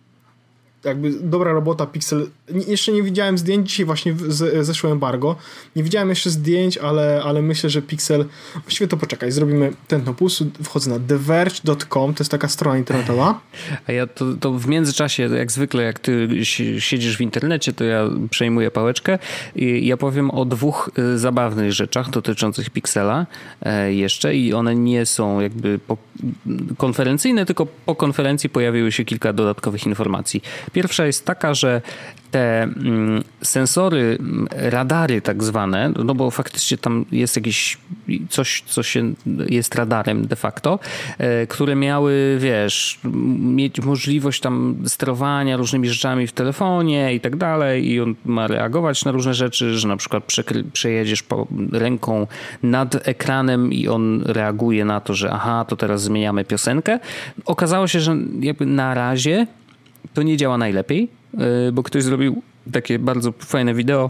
jakby dobra robota Pixel. Jeszcze nie widziałem zdjęć, dzisiaj właśnie z, zeszło embargo. Nie widziałem jeszcze zdjęć, ale, ale myślę, że Pixel... Właściwie to poczekaj, zrobimy tętno pulsu. Wchodzę na the verge dot com, to jest taka strona internetowa. A ja to, to w międzyczasie, jak zwykle, jak ty siedzisz w internecie, to ja przejmuję pałeczkę i ja powiem o dwóch zabawnych rzeczach dotyczących Pixela jeszcze i one nie są jakby po, konferencyjne, tylko po konferencji pojawiły się kilka dodatkowych informacji. Pierwsza jest taka, że te mm, sensory, radary tak zwane, no bo faktycznie tam jest jakieś coś, co się jest radarem de facto, e, które miały, wiesz, mieć możliwość tam sterowania różnymi rzeczami w telefonie i tak dalej i on ma reagować na różne rzeczy, że na przykład przekry- przejedziesz po, ręką nad ekranem i on reaguje na to, że aha, to teraz zmieniamy piosenkę. Okazało się, że jakby na razie to nie działa najlepiej, bo ktoś zrobił takie bardzo fajne wideo,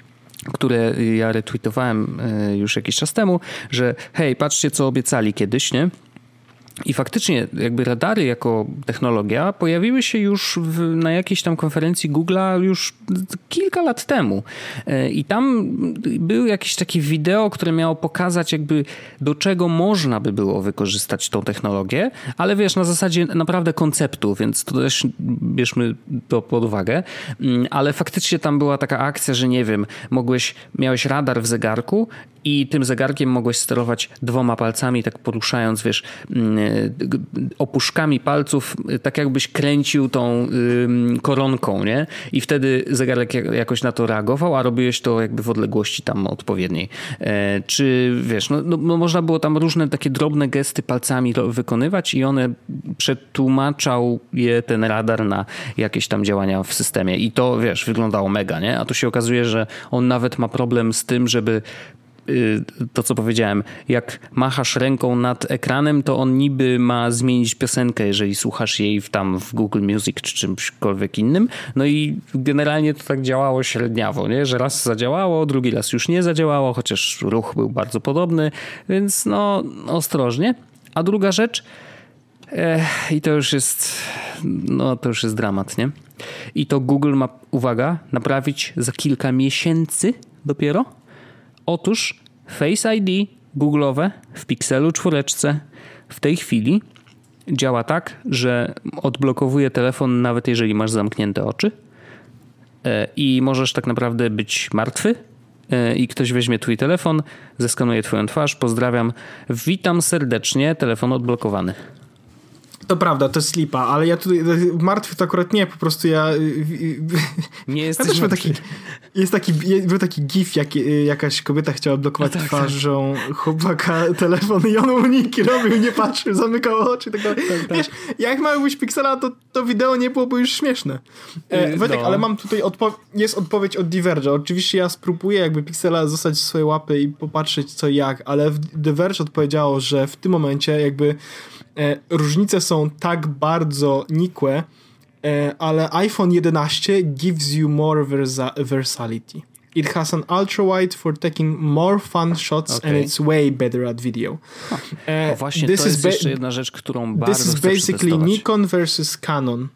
które ja retweetowałem już jakiś czas temu, że hej, patrzcie co obiecali kiedyś, nie? I faktycznie jakby radary jako technologia pojawiły się już w, na jakiejś tam konferencji Google'a już kilka lat temu. I tam był jakieś takie wideo, które miało pokazać jakby do czego można by było wykorzystać tą technologię, ale wiesz, na zasadzie naprawdę konceptu, więc to też bierzmy to pod uwagę. Ale faktycznie tam była taka akcja, że nie wiem, mogłeś, miałeś radar w zegarku i tym zegarkiem mogłeś sterować dwoma palcami, tak poruszając, wiesz, opuszkami palców, tak jakbyś kręcił tą koronką, nie? I wtedy zegarek jakoś na to reagował, a robiłeś to jakby w odległości tam odpowiedniej. Czy wiesz, no, no można było tam różne takie drobne gesty palcami wykonywać i one przetłumaczał je ten radar na jakieś tam działania w systemie. I to, wiesz, wyglądało mega, nie? A tu się okazuje, że on nawet ma problem z tym, żeby to, co powiedziałem, jak machasz ręką nad ekranem, to on niby ma zmienić piosenkę, jeżeli słuchasz jej w, tam w Google Music czy czymśkolwiek innym. No i generalnie to tak działało średniawo, nie? Że raz zadziałało, drugi raz już nie zadziałało, chociaż ruch był bardzo podobny, więc no ostrożnie. A druga rzecz, eh, i to już jest, no to już jest dramat, nie? I to Google ma, uwaga, naprawić za kilka miesięcy dopiero. Otóż Face I D Google'owe w Pixelu czwóreczce w tej chwili działa tak, że odblokowuje telefon nawet jeżeli masz zamknięte oczy i możesz tak naprawdę być martwy i ktoś weźmie twój telefon, zeskanuje twoją twarz, pozdrawiam, witam serdecznie, telefon odblokowany. To prawda, to jest lipa, ale ja tutaj martwy to akurat nie, po prostu ja... Nie jesteś ja taki, jest taki, był taki gif, jak jakaś kobieta chciała blokować no tak, twarzą tak. chłopaka telefon i on uniki robił, nie patrzył, zamykał oczy i tak dalej. Tak, tak. Wiesz, jak miał być Pixela, to, to wideo nie byłoby już śmieszne. E, Wojtek, no. ale mam tutaj, odpo- jest odpowiedź od Diverge'a. Oczywiście ja spróbuję jakby Pixela zostać w swoje łapy i popatrzeć co i jak, ale Diverge odpowiedziało, że w tym momencie jakby E, różnice są tak bardzo nikłe, e, ale iPhone jedenaście gives you more versa- versatility. It has an ultra-wide for taking more fun shots okay. and it's way better at video. E, o właśnie, this to jest ba- jeszcze jedna rzecz, którą bardzo This is basically Nikon versus Canon.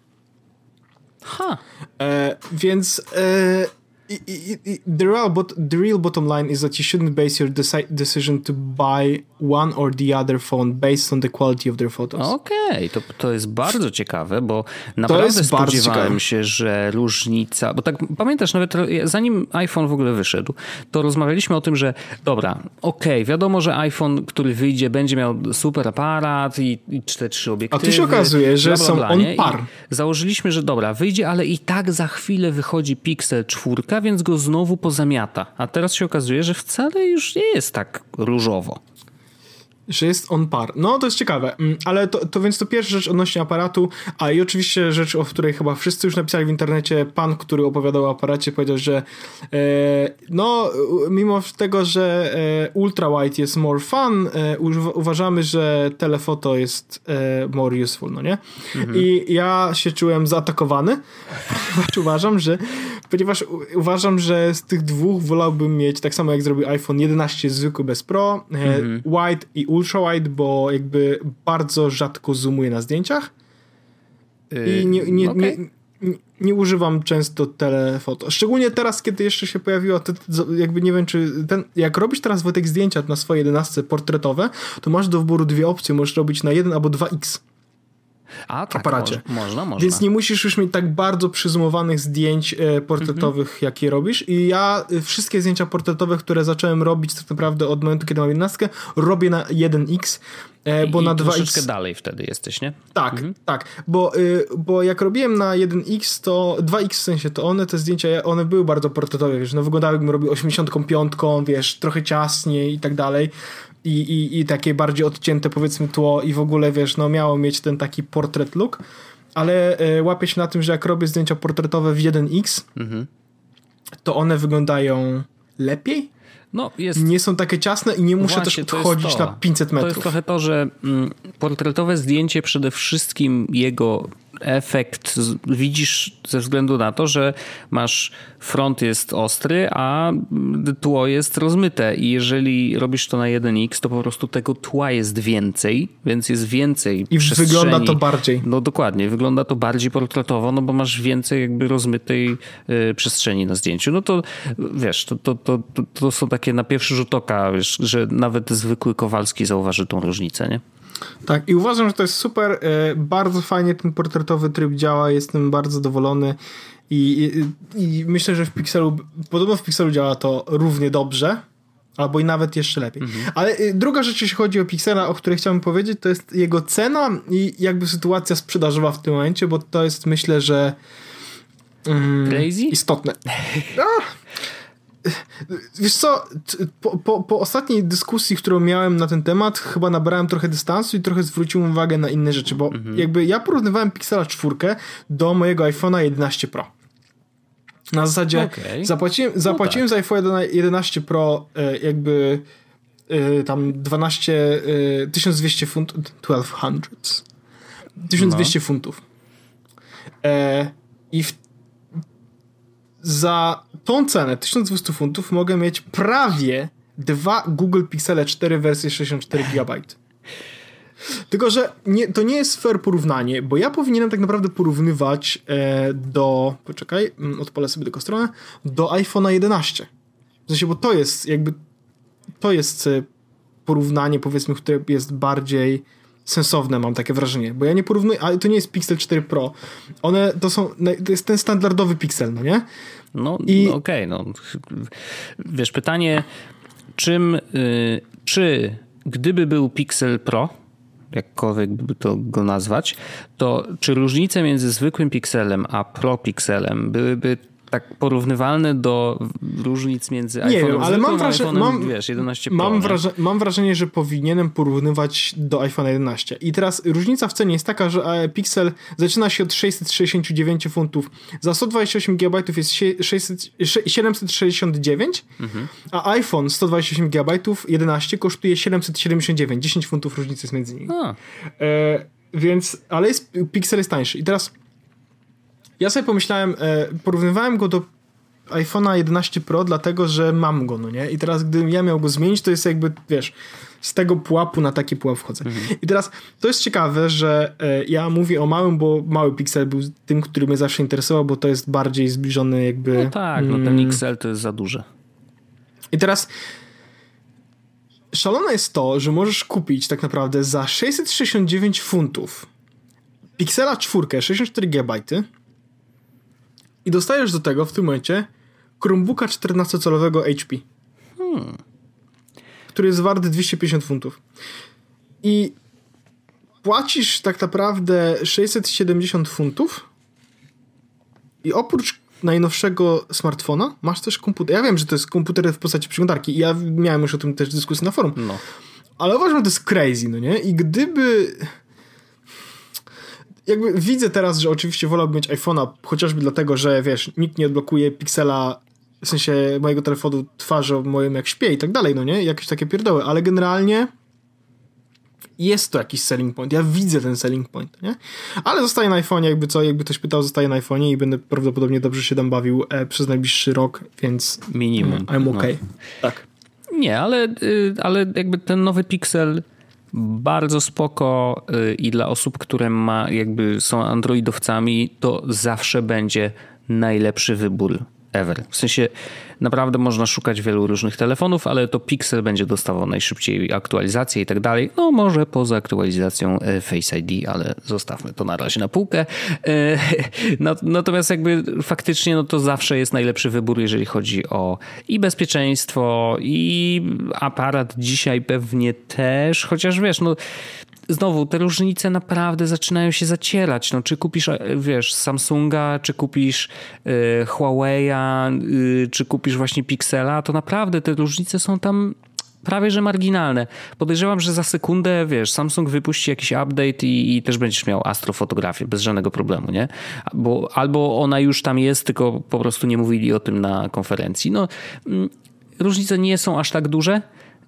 Ha. E, więc... E, The real, bot, the real bottom line is that you shouldn't base your deci- decision to buy one or the other phone based on the quality of their photos. Okej, okay, to, to jest bardzo ciekawe, bo naprawdę spodziewałem się, że różnica, bo tak pamiętasz, nawet zanim iPhone w ogóle wyszedł, to rozmawialiśmy o tym, że dobra, okej, okay, wiadomo, że iPhone, który wyjdzie, będzie miał super aparat i, i cztery trzy obiektywy. A tu się okazuje, że bla, bla, bla, są on par. I założyliśmy, że dobra, wyjdzie, ale i tak za chwilę wychodzi Pixel cztery, więc go znowu pozamiata. A teraz się okazuje, że wcale już nie jest tak różowo. Że jest on par. No to jest ciekawe, ale to, to więc to pierwsza rzecz odnośnie aparatu, a i oczywiście rzecz, o której chyba wszyscy już napisali w internecie. Pan, który opowiadał o aparacie, powiedział, że e, no mimo tego, że e, ultra-wide jest more fun, e, u, uważamy, że telefoto jest e, more useful, no nie? Mhm. I ja się czułem zaatakowany, ponieważ uważam, że ponieważ uważam, że z tych dwóch wolałbym mieć, tak samo jak zrobił iPhone jedenaście zwykły bez Pro, mhm. wide i ultra-wide, bo jakby bardzo rzadko zoomuje na zdjęciach yy, i nie, nie, okay. nie, nie, nie używam często telefoto. Szczególnie teraz, kiedy jeszcze się pojawiło, to, jakby nie wiem, czy ten, jak robisz teraz Wojtek zdjęcia na swoje jedenastce portretowe, to masz do wyboru dwie opcje, możesz robić na jeden albo dwa iks. A, tak, aparacie. Można, można, można. Więc nie musisz już mieć tak bardzo przyzoomowanych zdjęć e, portretowych, mm-hmm. jakie robisz. I ja e, wszystkie zdjęcia portretowe, które zacząłem robić tak naprawdę od momentu, kiedy mam jedenastkę, robię na jeden iks, e, bo I, na i dwa iks... troszeczkę dalej wtedy jesteś, nie? Tak, mhm. tak. Bo, y, bo jak robiłem na jeden iks, to dwa iks w sensie, to one, te zdjęcia, one były bardzo portretowe, wiesz, no wyglądały jakbym robił osiemdziesiąt pięć, wiesz, trochę ciasniej i tak dalej. I, i, i takie bardziej odcięte powiedzmy tło i w ogóle wiesz, no miało mieć ten taki portret look, ale y, łapię się na tym, że jak robię zdjęcia portretowe w jeden iks, mhm. to one wyglądają lepiej. No, jest... Nie są takie ciasne i nie muszę Właśnie, też odchodzić na pięćset metrów. To jest trochę to, że mm, portretowe zdjęcie przede wszystkim jego efekt widzisz ze względu na to, że masz front jest ostry, a tło jest rozmyte i jeżeli robisz to na jeden iks, to po prostu tego tła jest więcej, więc jest więcej i przestrzeni. Wygląda to bardziej. No dokładnie, wygląda to bardziej portretowo, no bo masz więcej jakby rozmytej y, przestrzeni na zdjęciu. No to wiesz, to, to, to, to, to są takie na pierwszy rzut oka, wiesz, że nawet zwykły Kowalski zauważy tą różnicę, nie? Tak, i uważam, że to jest super. Bardzo fajnie ten portretowy tryb działa, jestem bardzo zadowolony i, i, i myślę, że w Pixelu, podobno w Pixelu działa to równie dobrze, albo i nawet jeszcze lepiej. Mhm. Ale druga rzecz, jeśli chodzi o Pixela, o której chciałbym powiedzieć, to jest jego cena i jakby sytuacja sprzedażowa w tym momencie, bo to jest, myślę, że mm, Crazy? istotne. A, wiesz co, po, po, po ostatniej dyskusji, którą miałem na ten temat, chyba nabrałem trochę dystansu i trochę zwróciłem uwagę na inne rzeczy, bo mhm. jakby ja porównywałem Pixela cztery do mojego iPhone'a jedenaście Pro. Na zasadzie okay. zapłaciłem, zapłaciłem no tak. za iPhone jedenaście Pro jakby tam dwanaście, tysiąc dwieście funtów, dwieście tysięcy, tysiąc dwieście no. funtów. I w za tą cenę tysiąc dwieście funtów mogę mieć prawie dwa Google Pixele cztery wersji sześćdziesiąt cztery gigabajty. Tylko, że nie, to nie jest fair porównanie, bo ja powinienem tak naprawdę porównywać e, do... Poczekaj, odpalę sobie tylko stronę. Do iPhone'a jedenaście. W sensie, bo to jest jakby... To jest porównanie, powiedzmy, które jest bardziej sensowne, mam takie wrażenie. Bo ja nie porównuję... Ale to nie jest Pixel cztery Pro. One to są... To jest ten standardowy Pixel, no nie? No, I... no okej, okay, no. Wiesz, pytanie, czym... Yy, czy gdyby był Pixel Pro, jakkolwiek by to go nazwać, to czy różnice między zwykłym Pixelem a Pro Pixelem byłyby tak porównywalne do różnic między iPhone'em nie wiem, ale mam wrażenie, mam, wiesz, jedenaście Pro, mam, wraże, mam wrażenie, że powinienem porównywać do iPhone'a jedenaście. I teraz różnica w cenie jest taka, że Pixel zaczyna się od sześćset sześćdziesiąt dziewięć funtów. Za sto dwadzieścia osiem gigabajtów jest sześćset, siedemset sześćdziesiąt dziewięć, mhm. a iPhone sto dwadzieścia osiem gigabajtów jedenaście kosztuje siedemset siedemdziesiąt dziewięć. dziesięć funtów różnicy jest między nimi. E, więc, ale jest, Pixel jest tańszy. I teraz ja sobie pomyślałem, e, porównywałem go do iPhone'a jedenaście Pro, dlatego, że mam go, no nie? I teraz, gdybym ja miał go zmienić, to jest jakby, wiesz, z tego pułapu na taki pułap wchodzę. Mhm. I teraz, to jest ciekawe, że e, ja mówię o małym, bo mały Pixel był tym, który mnie zawsze interesował, bo to jest bardziej zbliżony jakby... No tak, no ten mm, X L to jest za duże. I teraz szalone jest to, że możesz kupić tak naprawdę za sześćset sześćdziesiąt dziewięć funtów Pixela cztery, sześćdziesiąt cztery gigabajty i dostajesz do tego w tym momencie Chromebooka czternastocalowego H P, hmm. który jest wart dwieście pięćdziesiąt funtów. I płacisz tak naprawdę sześćset siedemdziesiąt funtów i oprócz najnowszego smartfona masz też komputer. Ja wiem, że to jest komputer w postaci przeglądarki i ja miałem już o tym też dyskusję na forum. No. Ale uważam, że to jest crazy, no nie? I gdyby... Jakby widzę teraz, że oczywiście wolałbym mieć iPhone'a, chociażby dlatego, że wiesz, nikt nie odblokuje Pixela, w sensie mojego telefonu twarzą moim jak śpię i tak dalej, no nie? Jakieś takie pierdoły, ale generalnie jest to jakiś selling point. Ja widzę ten selling point, nie? Ale zostaję na iPhone'ie, jakby co, jakby ktoś pytał, zostaję na iPhone'ie i będę prawdopodobnie dobrze się tam bawił e, przez najbliższy rok, więc minimum. I'm okay. No. Tak. Nie, ale, ale jakby ten nowy Pixel bardzo spoko i dla osób, które ma, jakby są androidowcami, to zawsze będzie najlepszy wybór ever. W sensie naprawdę można szukać wielu różnych telefonów, ale to Pixel będzie dostawał najszybciej aktualizację i tak dalej. No może poza aktualizacją Face I D, ale zostawmy to na razie na półkę. Natomiast jakby faktycznie no to zawsze jest najlepszy wybór, jeżeli chodzi o i bezpieczeństwo, i aparat dzisiaj pewnie też, chociaż wiesz, no znowu, te różnice naprawdę zaczynają się zacierać. No, czy kupisz, wiesz, Samsunga, czy kupisz y, Huawei'a, y, czy kupisz właśnie Pixela, to naprawdę te różnice są tam prawie że marginalne. Podejrzewam, że za sekundę, wiesz, Samsung wypuści jakiś update i, i też będziesz miał astrofotografię bez żadnego problemu, nie? Bo, albo ona już tam jest, tylko po prostu nie mówili o tym na konferencji. No, y, różnice nie są aż tak duże.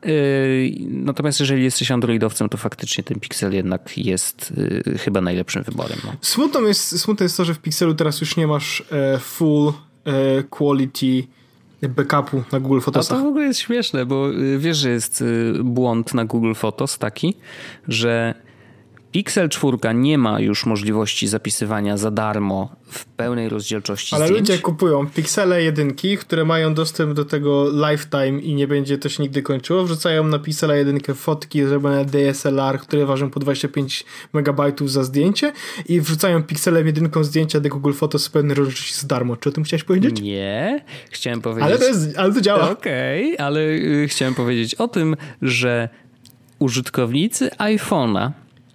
Natomiast jeżeli jesteś androidowcem, to faktycznie ten Pixel jednak jest y, chyba najlepszym wyborem. No. Smutne jest, smutne jest to, że w Pixelu teraz już nie masz e, full e, quality backupu na Google Photosach. A to w ogóle jest śmieszne, bo wiesz, że jest błąd na Google Photos taki, że Pixel cztery nie ma już możliwości zapisywania za darmo w pełnej rozdzielczości ale zdjęć. Ale ludzie kupują Pixele jedynki, które mają dostęp do tego lifetime i nie będzie to się nigdy kończyło. Wrzucają na Pixela jedynkę fotki zrobione D S L R, które ważą po dwadzieścia pięć megabajtów za zdjęcie i wrzucają Pixelem jedynką zdjęcia do Google Photos w pełnej rozdzielczości za darmo. Czy o tym chciałeś powiedzieć? Nie. Chciałem powiedzieć... Ale to, jest, ale to działa. Okej, okay, ale y, chciałem powiedzieć o tym, że użytkownicy iPhone'a,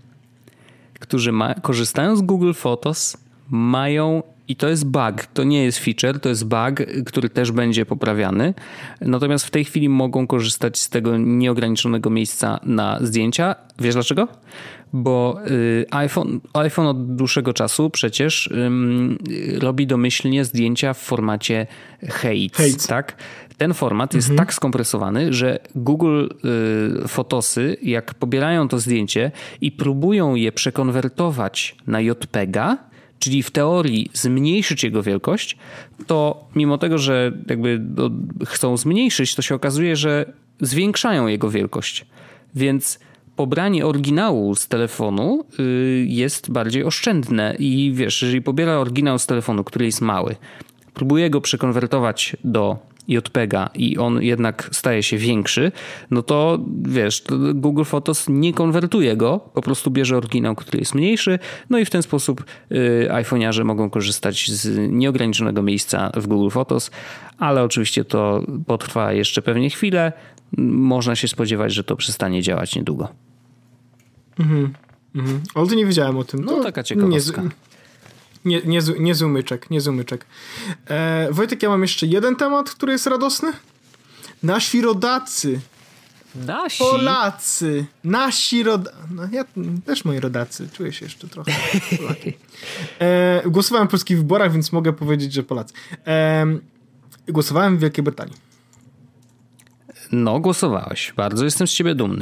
którzy ma, korzystają z Google Photos, mają, i to jest bug, to nie jest feature, to jest bug, który też będzie poprawiany. Natomiast w tej chwili mogą korzystać z tego nieograniczonego miejsca na zdjęcia. Wiesz dlaczego? Bo y, iPhone, iPhone od dłuższego czasu przecież y, robi domyślnie zdjęcia w formacie Heights, tak? Ten format jest mhm. tak skompresowany, że Google y, Photosy, jak pobierają to zdjęcie i próbują je przekonwertować na JPEGa, czyli w teorii zmniejszyć jego wielkość, to mimo tego, że jakby no, chcą zmniejszyć, to się okazuje, że zwiększają jego wielkość. Więc pobranie oryginału z telefonu jest bardziej oszczędne i wiesz, jeżeli pobiera oryginał z telefonu, który jest mały, próbuje go przekonwertować do J P G a i on jednak staje się większy, no to wiesz, to Google Photos nie konwertuje go, po prostu bierze oryginał, który jest mniejszy, no i w ten sposób y, iPhone'iarze mogą korzystać z nieograniczonego miejsca w Google Photos, ale oczywiście to potrwa jeszcze pewnie chwilę. Można się spodziewać, że to przestanie działać niedługo. Mhm, mhm. Ale to nie wiedziałem o tym. No to taka ciekawostka. Nie, nie, nie, niezły myczek, niezły myczek. E, Wojtek, ja mam jeszcze jeden temat, który jest radosny. Nasi rodacy. Nasi? Polacy. Nasi rodacy. No ja też moi rodacy. Czuję się jeszcze trochę Polakiem. E, głosowałem w polskich wyborach, więc mogę powiedzieć, że Polacy. E, głosowałem w Wielkiej Brytanii. No, głosowałeś. Bardzo jestem z ciebie dumny.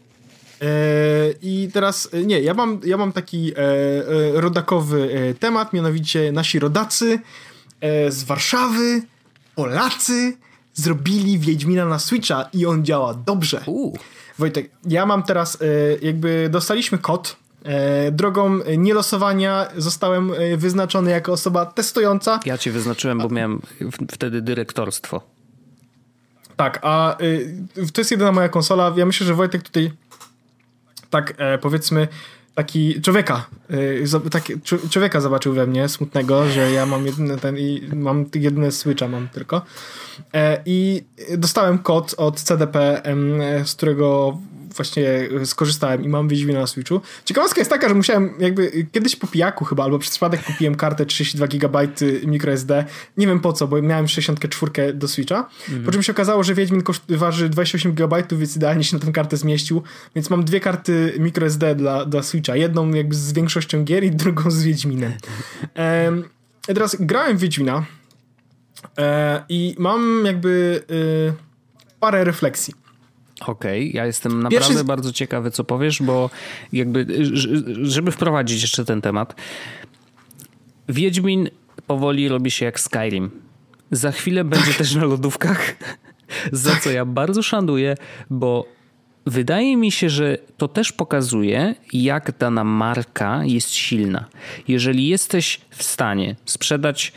I teraz, nie, ja mam, ja mam taki rodakowy temat, mianowicie nasi rodacy z Warszawy, Polacy, zrobili Wiedźmina na Switcha i on działa dobrze. U. Wojtek, ja mam teraz, jakby dostaliśmy kod, drogą nielosowania zostałem wyznaczony jako osoba testująca. Ja cię wyznaczyłem, bo miałem wtedy dyrektorstwo. Tak, a to jest jedyna moja konsola. Ja myślę, że Wojtek tutaj tak e, powiedzmy taki człowieka e, tak, człowieka zobaczył we mnie smutnego, że ja mam jedyny ten i mam jedyne Switcha mam tylko e, i dostałem kod od C D P, e, z którego właśnie skorzystałem i mam Wiedźmina na Switchu. Ciekawostka jest taka, że musiałem jakby kiedyś po pijaku chyba, albo przez przypadek kupiłem kartę trzydzieści dwa gigabajty microSD. Nie wiem po co, bo miałem sześćdziesiąt cztery do Switcha. Mhm. Po czym się okazało, że Wiedźmin koszt, waży dwadzieścia osiem gigabajtów, więc idealnie się na tę kartę zmieścił. Więc mam dwie karty microSD dla, dla Switcha. Jedną jakby z większością gier i drugą z Wiedźminem. Ehm, teraz grałem w Wiedźmina e, i mam jakby e, parę refleksji. Okej, okay, ja jestem naprawdę Pierwszy... bardzo ciekawy, co powiesz, bo jakby, żeby wprowadzić jeszcze ten temat, Wiedźmin powoli robi się jak Skyrim. Za chwilę będzie też na lodówkach, za co ja bardzo szanuję, bo wydaje mi się, że to też pokazuje, jak dana marka jest silna. Jeżeli jesteś w stanie sprzedać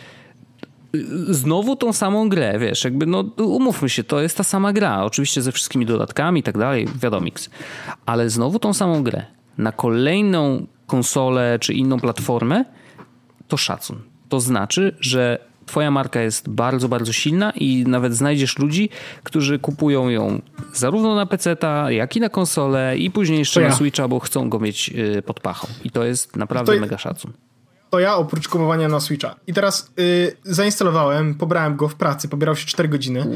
znowu tą samą grę, wiesz, jakby no umówmy się, to jest ta sama gra, oczywiście ze wszystkimi dodatkami i tak dalej, wiadomiks, ale znowu tą samą grę na kolejną konsolę czy inną platformę, to szacun. To znaczy, że twoja marka jest bardzo, bardzo silna i nawet znajdziesz ludzi, którzy kupują ją zarówno na peceta, jak i na konsolę i później jeszcze ja. na Switcha, bo chcą go mieć pod pachą. I to jest naprawdę to... mega szacun. To ja oprócz kupowania na Switcha. I teraz yy, zainstalowałem, pobrałem go w pracy, pobierał się cztery godziny.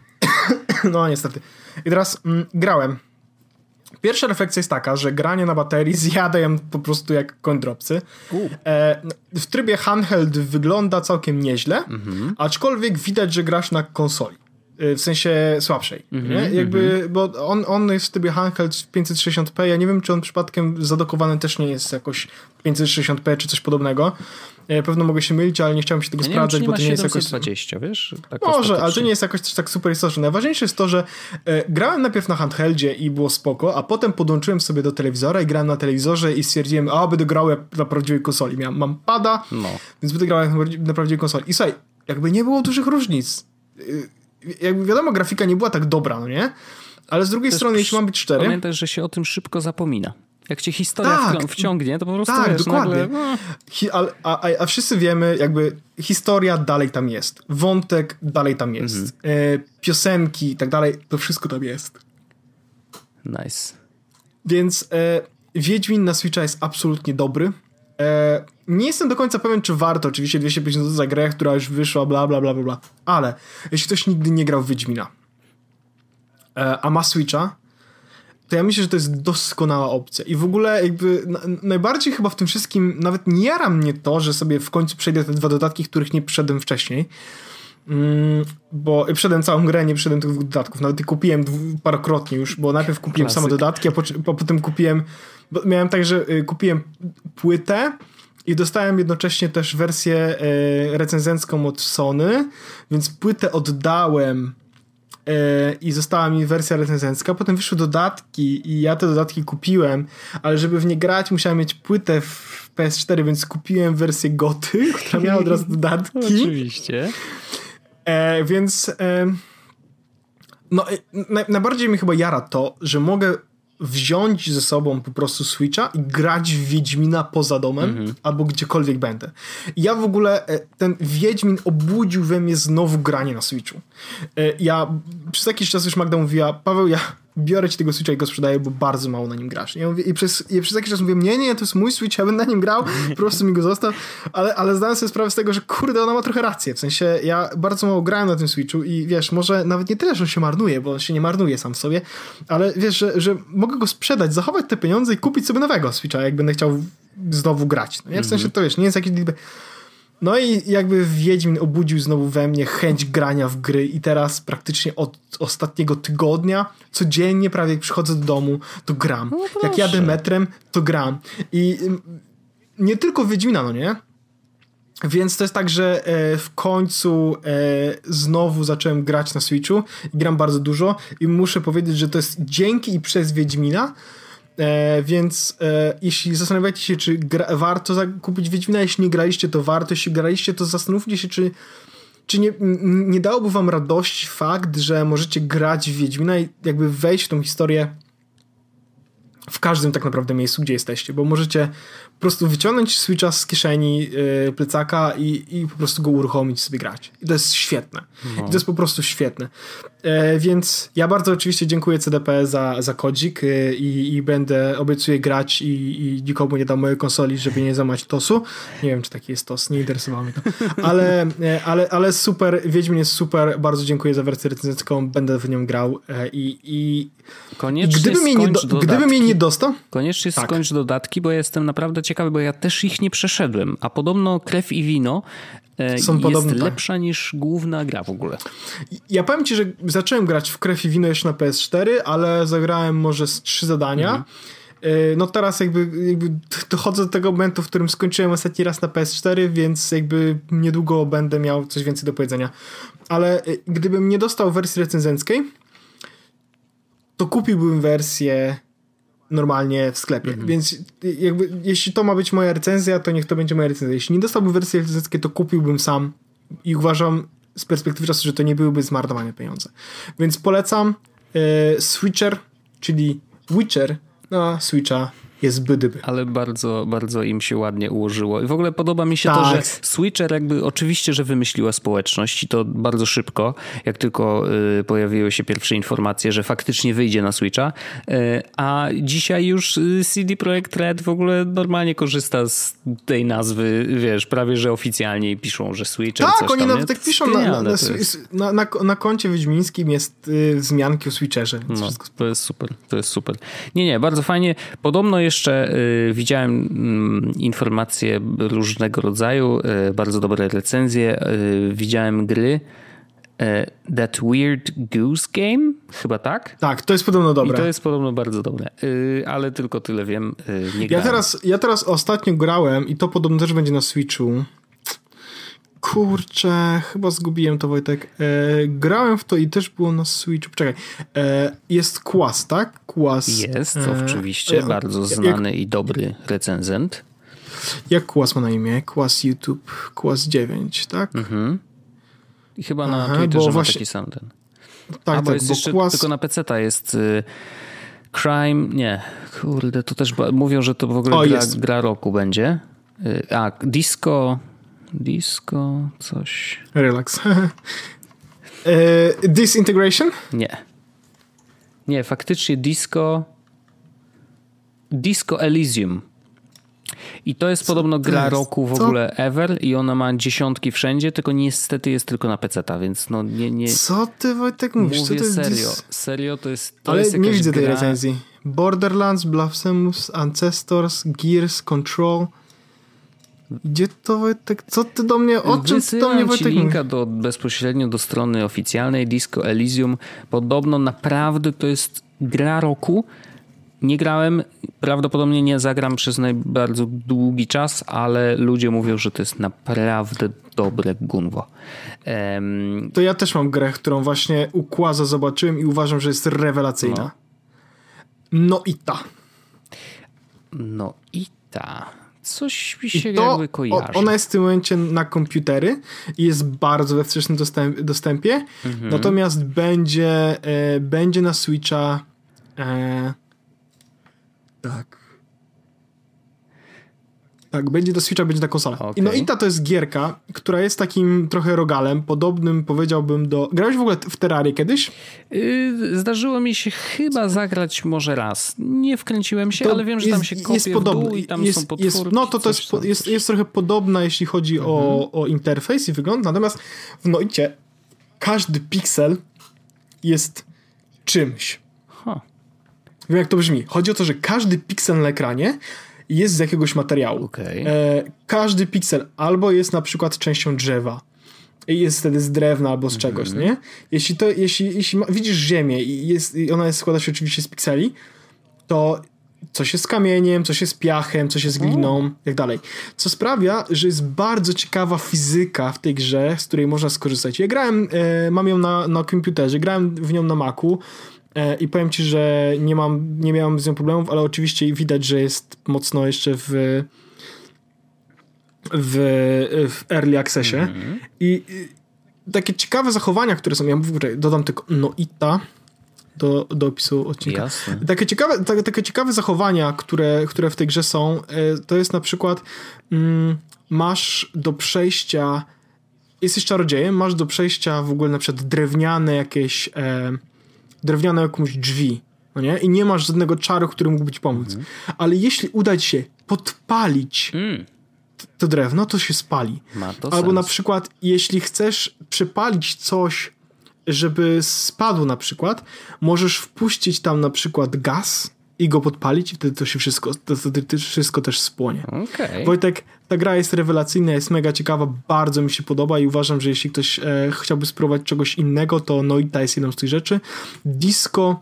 No niestety. I teraz mm, grałem. Pierwsza refleksja jest taka, że granie na baterii zjada ją po prostu jak koń dropsy. E, w trybie handheld wygląda całkiem nieźle, mm-hmm. aczkolwiek widać, że grasz na konsoli. W sensie słabszej. Mm-hmm, nie? Jakby, mm-hmm. bo on, on jest w trybie handheld w pięćset sześćdziesiąt p. Ja nie wiem, czy on przypadkiem zadokowany też nie jest jakoś pięćset sześćdziesiąt p czy coś podobnego. Pewno mogę się mylić, ale nie chciałem się tego ja sprawdzać, wiem, bo to nie jest jakoś... siedemset dwadzieścia, wiesz? Tak Może, ale to nie jest jakoś coś tak super istotne. Najważniejsze jest to, że e, grałem najpierw na handheldzie i było spoko, a potem podłączyłem sobie do telewizora i grałem na telewizorze i stwierdziłem, a będę grał na prawdziwej konsoli. Miałem, mam pada, no. więc będę grał na prawdziwej konsoli. I słuchaj, jakby nie było dużych różnic. Jakby wiadomo, grafika nie była tak dobra, no nie? Ale z drugiej Też strony, jeśli mam być szczery... Pamiętaj, że się o tym szybko zapomina. Jak cię historia tak, wciągnie, to po prostu tak, wiesz, dokładnie. nagle... No. Hi, a, a, a wszyscy wiemy, jakby historia dalej tam jest. Wątek dalej tam jest. Mhm. E, piosenki i tak dalej, to wszystko tam jest. Nice. Więc e, Wiedźmin na Switcha jest absolutnie dobry. E, nie jestem do końca pewien, czy warto. Oczywiście dwieście pięćdziesiąt złotych za grę, która już wyszła, bla, bla, bla, bla, bla. Ale jeśli ktoś nigdy nie grał w Wiedźmina, e, a ma Switcha, to ja myślę, że to jest doskonała opcja. I w ogóle jakby na, najbardziej chyba w tym wszystkim nawet nie jara mnie to, że sobie w końcu przejdę te dwa dodatki, których nie przeszedłem wcześniej. Mm, bo przeszedłem całą grę, nie przeszedłem tych dwóch dodatków. Nawet je kupiłem dwu, parokrotnie już, bo najpierw kupiłem Klasyk. same dodatki, a po, po, potem kupiłem... Bo miałem tak, że y, kupiłem płytę i dostałem jednocześnie też wersję y, recenzencką od Sony, więc płytę oddałem i została mi wersja recenzencka. Potem wyszły dodatki i ja te dodatki kupiłem, ale żeby w nie grać musiałem mieć płytę w P S cztery, więc kupiłem wersję goty, która miała od razu dodatki. Oczywiście. E, więc e, no, na, najbardziej mi chyba jara to, że mogę wziąć ze sobą po prostu Switcha i grać w Wiedźmina poza domem, mm-hmm. albo gdziekolwiek będę. I ja w ogóle, ten Wiedźmin obudził we mnie znowu granie na Switchu. Ja przez jakiś czas już Magda mówiła, Paweł, ja biorę ci tego Switcha i go sprzedaję, bo bardzo mało na nim grasz. Ja mówię, i, przez, I przez jakiś czas mówię, nie, nie, to jest mój Switch, ja będę na nim grał, po prostu mi go został, ale, ale zdałem sobie sprawę z tego, że kurde, ona ma trochę rację, w sensie ja bardzo mało grałem na tym Switchu i wiesz, może nawet nie tyle, że on się marnuje, bo on się nie marnuje sam w sobie, ale wiesz, że, że mogę go sprzedać, zachować te pieniądze i kupić sobie nowego Switcha, jak będę chciał znowu grać. No, ja w sensie to wiesz, nie jest jakiś... No i jakby Wiedźmin obudził znowu we mnie chęć grania w gry i teraz praktycznie od ostatniego tygodnia codziennie prawie jak przychodzę do domu, to gram. No jak jadę metrem, to gram. I nie tylko w Wiedźmina, no nie? Więc to jest tak, że w końcu znowu zacząłem grać na Switchu i gram bardzo dużo i muszę powiedzieć, że to jest dzięki i przez Wiedźmina. E, więc e, jeśli zastanawiacie się, czy gra, warto kupić Wiedźmina, jeśli nie graliście, to warto, jeśli graliście, to zastanówcie się, czy, czy nie, nie dałoby wam radości fakt, że możecie grać w Wiedźmina i jakby wejść w tą historię w każdym tak naprawdę miejscu, gdzie jesteście, bo możecie po prostu wyciągnąć Switcha z kieszeni yy, plecaka i, i po prostu go uruchomić, sobie grać. I to jest świetne. No. I to jest po prostu świetne. E, więc ja bardzo oczywiście dziękuję C D P za, za kodzik yy, i będę, obiecuję grać i, i nikomu nie dam mojej konsoli, żeby nie zamać tosu. Nie wiem, czy taki jest tos, nie interesowało mnie to. Ale, e, ale, ale super, Wiedźmin jest super, bardzo dziękuję za wersję recenzencką, będę w nią grał e, i, i Koniecznie gdyby mnie nie, do, gdyby mnie nie dostał... Koniecznie tak. skończ dodatki, bo ja jestem naprawdę ciekawy, bo ja też ich nie przeszedłem. A podobno Krew i Wino e, Są jest podobne, lepsza tak. niż główna gra w ogóle. Ja powiem ci, że zacząłem grać w Krew i Wino jeszcze na P S cztery, ale zagrałem może z trzy zadania. Mhm. E, no teraz jakby, jakby dochodzę do tego momentu, w którym skończyłem ostatni raz na P S cztery, więc jakby niedługo będę miał coś więcej do powiedzenia. Ale e, gdybym nie dostał wersji recenzenckiej, to kupiłbym wersję normalnie w sklepie. Mhm. Więc jakby, jeśli to ma być moja recenzja, to niech to będzie moja recenzja. Jeśli nie dostałbym wersji recenzenckiej, to kupiłbym sam i uważam z perspektywy czasu, że to nie byłyby zmarnowane pieniądze. Więc polecam e, Switcher, czyli Witcher na Switcha jest bydyby. Ale bardzo, bardzo im się ładnie ułożyło. I w ogóle podoba mi się tak. to, że Switcher jakby oczywiście, że wymyśliła społeczność i to bardzo szybko, jak tylko y, pojawiły się pierwsze informacje, że faktycznie wyjdzie na Switcha, y, a dzisiaj już C D Projekt Red w ogóle normalnie korzysta z tej nazwy, wiesz, prawie że oficjalnie i piszą, że Switcher tak, coś oni tam, nawet tak piszą na, na, na, na, na, na koncie wiedźmińskim jest y, wzmianki o Switcherze. No, to jest super, to jest super. Nie, nie, bardzo fajnie. Podobno jeszcze Jeszcze y, widziałem y, informacje różnego rodzaju, y, bardzo dobre recenzje. Y, widziałem gry y, That Weird Goose Game, chyba tak? Tak, to jest podobno dobre. I to jest podobno bardzo dobre, y, ale tylko tyle wiem, y, nie ja teraz, ja teraz ostatnio grałem i to podobno też będzie na Switchu. Kurczę, chyba zgubiłem to, Wojtek. E, grałem w to i też było na Switchu. Czekaj. E, jest Kłas, tak? Kłas. Jest, e, oczywiście. E, bardzo znany jak, i dobry recenzent. Jak Kłas ma na imię? Kłas YouTube. Kłas dziewięć, tak? Mhm. I chyba na Aha, Twitterze ma właśnie... taki sam ten. Tak, A, bo tak, jest bo jeszcze Kłas... tylko na peceta jest y, Crime... Nie, kurde, to też mówią, że to w ogóle o, gra, gra roku będzie. Y, a, Disco... Disco, coś. Relax. e, Disintegration? Nie. Nie, faktycznie Disco. Disco Elysium. I to jest Co podobno gra jest? roku w Co? ogóle ever i ona ma dziesiątki wszędzie, tylko niestety jest tylko na peceta, więc no nie... nie... Co ty, Wojtek, mówisz? Mówię Co to jest serio. dis... Serio, to jest to Ale jest nie widzę gra... tej recenzji. Borderlands, Blasphemous, Ancestors, Gears, Control... Gdzie to, Wojtek? Co ty do mnie, o czym ty do mnie, Wojtek? Ci linka do, bezpośrednio do strony oficjalnej Disco Elysium. Podobno naprawdę to jest gra roku Nie grałem, prawdopodobnie nie zagram przez bardzo długi czas, ale ludzie mówią, że to jest naprawdę dobre gunwo. Um, to ja też mam grę, którą właśnie u Kłaza zobaczyłem i uważam, że jest rewelacyjna. No, no i ta. No i ta. Coś mi się I to, jakby kojarzy. Ona jest w tym momencie na komputery i jest bardzo we wstecznym dostęp, dostępie. Mhm. Natomiast będzie, e, będzie na Switcha e, tak. Tak, będzie do Switcha, będzie na konsolę. Okay. No i ta to jest gierka, która jest takim trochę rogalem, podobnym powiedziałbym do... Grałeś w ogóle w Terrarię kiedyś? Yy, zdarzyło mi się chyba zagrać może raz. Nie wkręciłem się, to ale wiem, że jest, tam się kopie jest podobny. w dół i tam jest, są potwórki. Jest, no to, to jest, jest, jest trochę podobna, jeśli chodzi mhm. o, o interfejs i wygląd, natomiast w Noicie każdy piksel jest czymś. Huh. Wiem, jak to brzmi. Chodzi o to, że każdy piksel na ekranie jest z jakiegoś materiału. Okay. E, każdy piksel albo jest na przykład częścią drzewa i jest wtedy z drewna albo z czegoś, mm-hmm. nie? Jeśli to, jeśli, jeśli ma, widzisz ziemię i, jest, i ona jest, składa się oczywiście z pikseli, to coś jest z kamieniem, coś jest z piachem, coś jest z gliną, oh. i tak dalej. Co sprawia, że jest bardzo ciekawa fizyka w tej grze, z której można skorzystać. Ja grałem, e, mam ją na, na komputerze, grałem w nią na Macu, i powiem ci, że nie mam, nie miałem z nią problemów, ale oczywiście widać, że jest mocno jeszcze w w, w early accessie. Mm-hmm. I, I takie ciekawe zachowania, które są, ja mówię, dodam tylko Noita do, do opisu odcinka. Jasne. Takie ciekawe, takie, takie ciekawe zachowania, które, które w tej grze są, to jest na przykład mm, masz do przejścia, jesteś czarodziejem, masz do przejścia w ogóle na przykład drewniane jakieś e, drewniane jakąś drzwi, no nie? I nie masz żadnego czaru, który mógłby ci pomóc. Mm. Ale jeśli uda ci się podpalić mm. to drewno, to się spali. Ma to Albo sens. na przykład, jeśli chcesz przypalić coś, żeby spadło na przykład, możesz wpuścić tam na przykład gaz i go podpalić i wtedy to się wszystko, to, to, to wszystko też spłonie. Okay. Wojtek, ta gra jest rewelacyjna, jest mega ciekawa, bardzo mi się podoba i uważam, że jeśli ktoś e, chciałby spróbować czegoś innego, to Noita jest jedną z tych rzeczy. Disco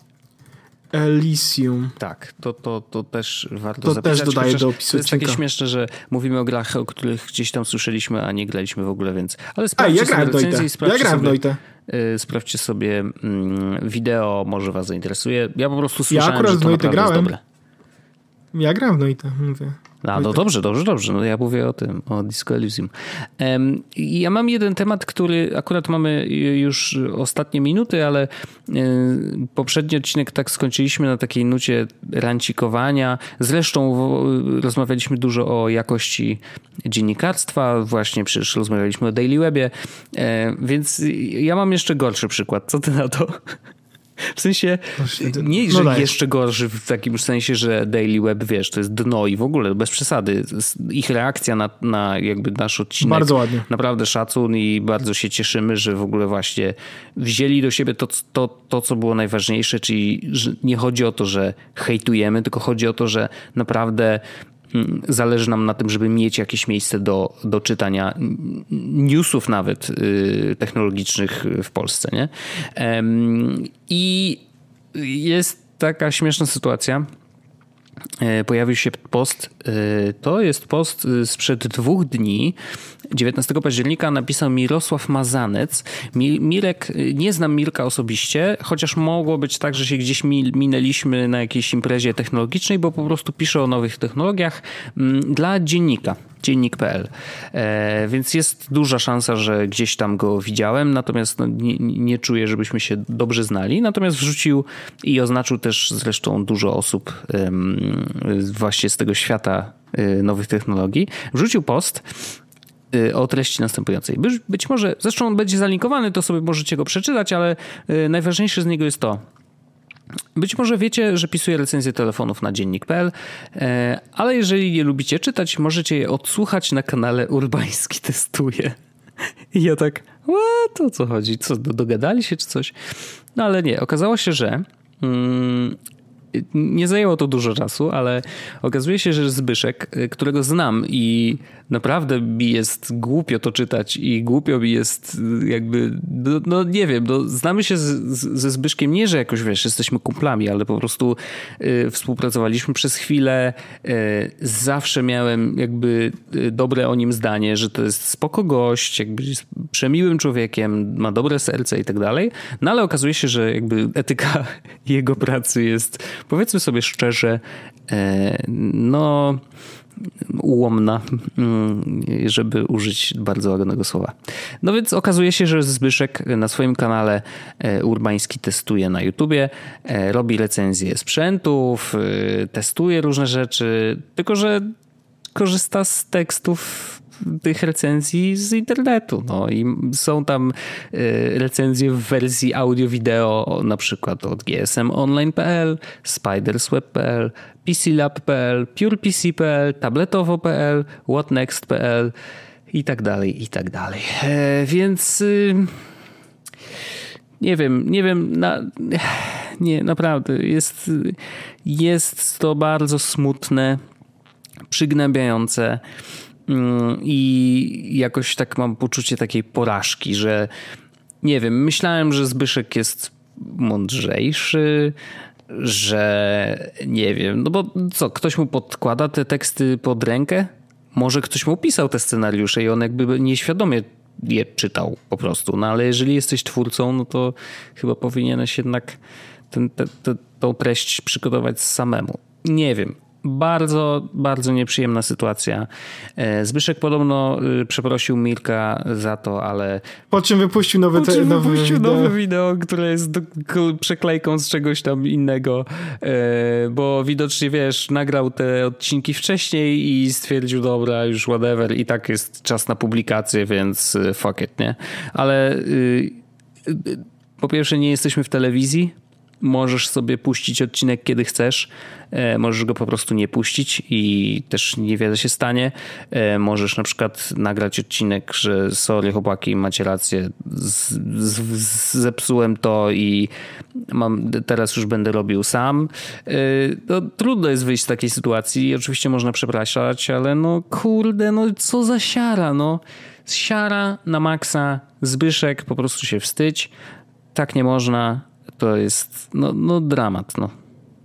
Elysium. Tak, to, to, to też warto to zapisać. To też dodaję do opisu. To jest takie śmieszne, że mówimy o grach, o których gdzieś tam słyszeliśmy, a nie graliśmy w ogóle, więc... Ale sprawdźcie ja sobie recenzję i sprawdźcie ja grałem sobie, w Noitę. Yy, sprawdźcie sobie mm, wideo, może was zainteresuje. Ja po prostu słyszałem, ja akurat że to naprawdę grałem. jest dobre. Ja grałem w Noitę, mówię. A, no dobrze, dobrze, dobrze. No ja mówię o tym, o Disco Elysium. Um, ja mam jeden temat, który akurat mamy już ostatnie minuty, ale y, poprzedni odcinek tak skończyliśmy na takiej nucie rancikowania. Zresztą w, rozmawialiśmy dużo o jakości dziennikarstwa, właśnie przecież rozmawialiśmy o Daily Webie, e, więc ja mam jeszcze gorszy przykład. Co ty na to? W sensie, nie, że no jeszcze gorszy w takim sensie, że Daily Web, wiesz, to jest dno i w ogóle bez przesady. Ich reakcja na, na jakby nasz odcinek. Bardzo ładnie. Naprawdę szacun i bardzo się cieszymy, że w ogóle właśnie wzięli do siebie to, to, to co było najważniejsze, czyli że nie chodzi o to, że hejtujemy, tylko chodzi o to, że naprawdę zależy nam na tym, żeby mieć jakieś miejsce do, do czytania newsów nawet y, technologicznych w Polsce, nie? Ym, I jest taka śmieszna sytuacja. Pojawił się post, to jest post sprzed dwóch dni, dziewiętnastego października napisał Mirosław Mazanec. Mirek, nie znam Mirka osobiście, chociaż mogło być tak, że się gdzieś minęliśmy na jakiejś imprezie technologicznej, bo po prostu pisze o nowych technologiach dla dziennika. dziennik kropka p l. E, więc jest duża szansa, że gdzieś tam go widziałem, natomiast no, nie, nie czuję, żebyśmy się dobrze znali. Natomiast wrzucił i oznaczył też zresztą dużo osób um, właśnie z tego świata um, nowych technologii. Wrzucił post um, o treści następującej. Być, być może, zresztą on będzie zalinkowany, to sobie możecie go przeczytać, ale um, najważniejsze z niego jest to, być może wiecie, że pisuję recenzje telefonów na dziennik kropka p l, ale jeżeli nie lubicie czytać, możecie je odsłuchać na kanale Urbański Testuje. I ja tak, what, o co chodzi? Co, dogadali się czy coś? No ale nie, okazało się, że mm, nie zajęło to dużo czasu, ale okazuje się, że Zbyszek, którego znam i naprawdę mi jest głupio to czytać i głupio mi jest jakby, no, no nie wiem, no, znamy się z, z, ze Zbyszkiem nie, że jakoś wiesz, jesteśmy kumplami, ale po prostu y, współpracowaliśmy przez chwilę, y, zawsze miałem jakby y, dobre o nim zdanie, że to jest spoko gość, jakby jest przemiłym człowiekiem, ma dobre serce i tak dalej, no ale okazuje się, że jakby etyka jego pracy jest, powiedzmy sobie szczerze, y, no ułomna, żeby użyć bardzo ładnego słowa. No więc okazuje się, że Zbyszek na swoim kanale Urbański testuje na YouTubie, robi recenzje sprzętów, testuje różne rzeczy, tylko że korzysta z tekstów tych recenzji z internetu. No i są tam recenzje w wersji audio-wideo, na przykład od G S M online kropka p l, spidersweb kropka p l, pclab kropka p l, purepc kropka p l, tabletowo kropka p l, whatnext kropka p l i tak dalej, i tak dalej. E, więc y, nie wiem, nie wiem, na, nie, naprawdę jest, jest to bardzo smutne, przygnębiające. I jakoś tak mam poczucie takiej porażki, że nie wiem, myślałem, że Zbyszek jest mądrzejszy, że nie wiem, no bo co, ktoś mu podkłada te teksty pod rękę? Może ktoś mu pisał te scenariusze i on jakby nieświadomie je czytał po prostu, no ale jeżeli jesteś twórcą, no to chyba powinieneś jednak ten, te, te, tą treść przygotować samemu. Nie wiem. Bardzo, bardzo nieprzyjemna sytuacja. Zbyszek podobno przeprosił Mirka za to, ale... Po czym wypuścił nowe, po czym te, nowe wypuścił wideo. nowe wideo, które jest do, przeklejką z czegoś tam innego, bo widocznie, wiesz, nagrał te odcinki wcześniej i stwierdził, dobra, już whatever, i tak jest czas na publikację, więc fuck it, nie? Ale po pierwsze nie jesteśmy w telewizji, możesz sobie puścić odcinek, kiedy chcesz. Możesz go po prostu nie puścić i też niewiele się stanie. Możesz na przykład nagrać odcinek, że sorry chłopaki, macie rację, z, z, zepsułem to i mam, teraz już będę robił sam. No, trudno jest wyjść z takiej sytuacji. Oczywiście można przepraszać, ale no kurde, no co za siara, no. Siara na maksa. Zbyszek, po prostu się wstydź. Tak nie można. To jest, no, no dramat, no.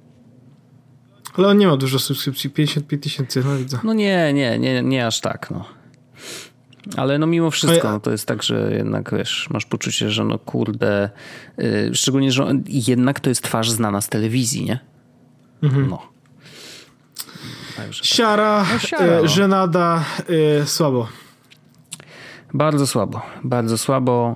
Ale on nie ma dużo subskrypcji, pięćdziesiąt pięć tysięcy, no widzę. No nie, nie, nie, nie aż tak, no. Ale no mimo wszystko, no to jest tak, że jednak, wiesz, masz poczucie, że no kurde, yy, szczególnie, że on, jednak to jest twarz znana z telewizji, nie? Mhm. No. Także, siara, tak. no, siara no. Yy, żenada, yy, słabo. Bardzo słabo, bardzo słabo.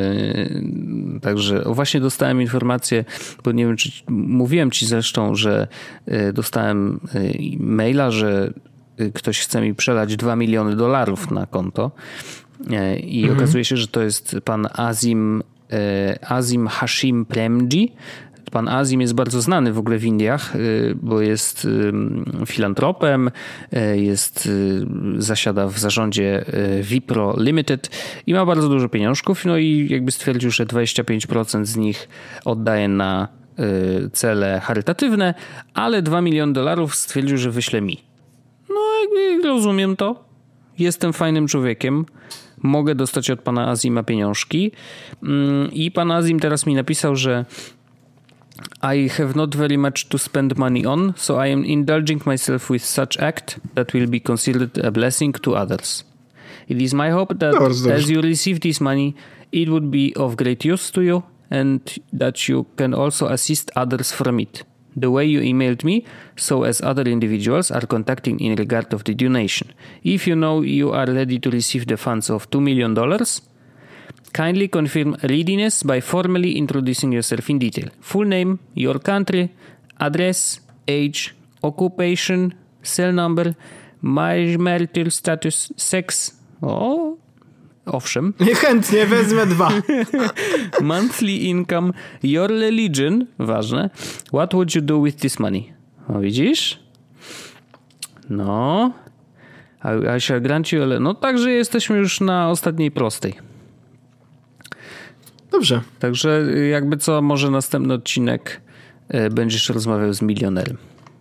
Yy, także właśnie dostałem informację, bo nie wiem, czy mówiłem ci zresztą, że yy, dostałem yy, maila, że yy, ktoś chce mi przelać dwa miliony dolarów na konto yy, i mhm. okazuje się, że to jest pan Azim, yy, Azim Hashim Premji. Pan Azim jest bardzo znany w ogóle w Indiach, bo jest filantropem, jest, zasiada w zarządzie Wipro Limited i ma bardzo dużo pieniążków, no i jakby stwierdził, że dwadzieścia pięć procent z nich oddaje na cele charytatywne, ale dwa miliony dolarów stwierdził, że wyśle mi. No jakby rozumiem to. Jestem fajnym człowiekiem. Mogę dostać od pana Azima pieniążki. I pan Azim teraz mi napisał, że I have not very much to spend money on, so I am indulging myself with such act that will be considered a blessing to others. It is my hope that no, as you receive this money, it would be of great use to you and that you can also assist others from it. The way you emailed me, so as other individuals are contacting in regard of the donation. If you know you are ready to receive the funds of two million dollars, kindly confirm readiness by formally introducing yourself in detail. Full name, your country, address, age, occupation, cell number, marital status, sex. O, owszem. Chętnie wezmę dwa. Monthly income, your religion, ważne. What would you do with this money? O, widzisz? No. I, I shall grant you... No, także jesteśmy już na ostatniej prostej. Dobrze. Także jakby co, może następny odcinek będziesz rozmawiał z milionerem.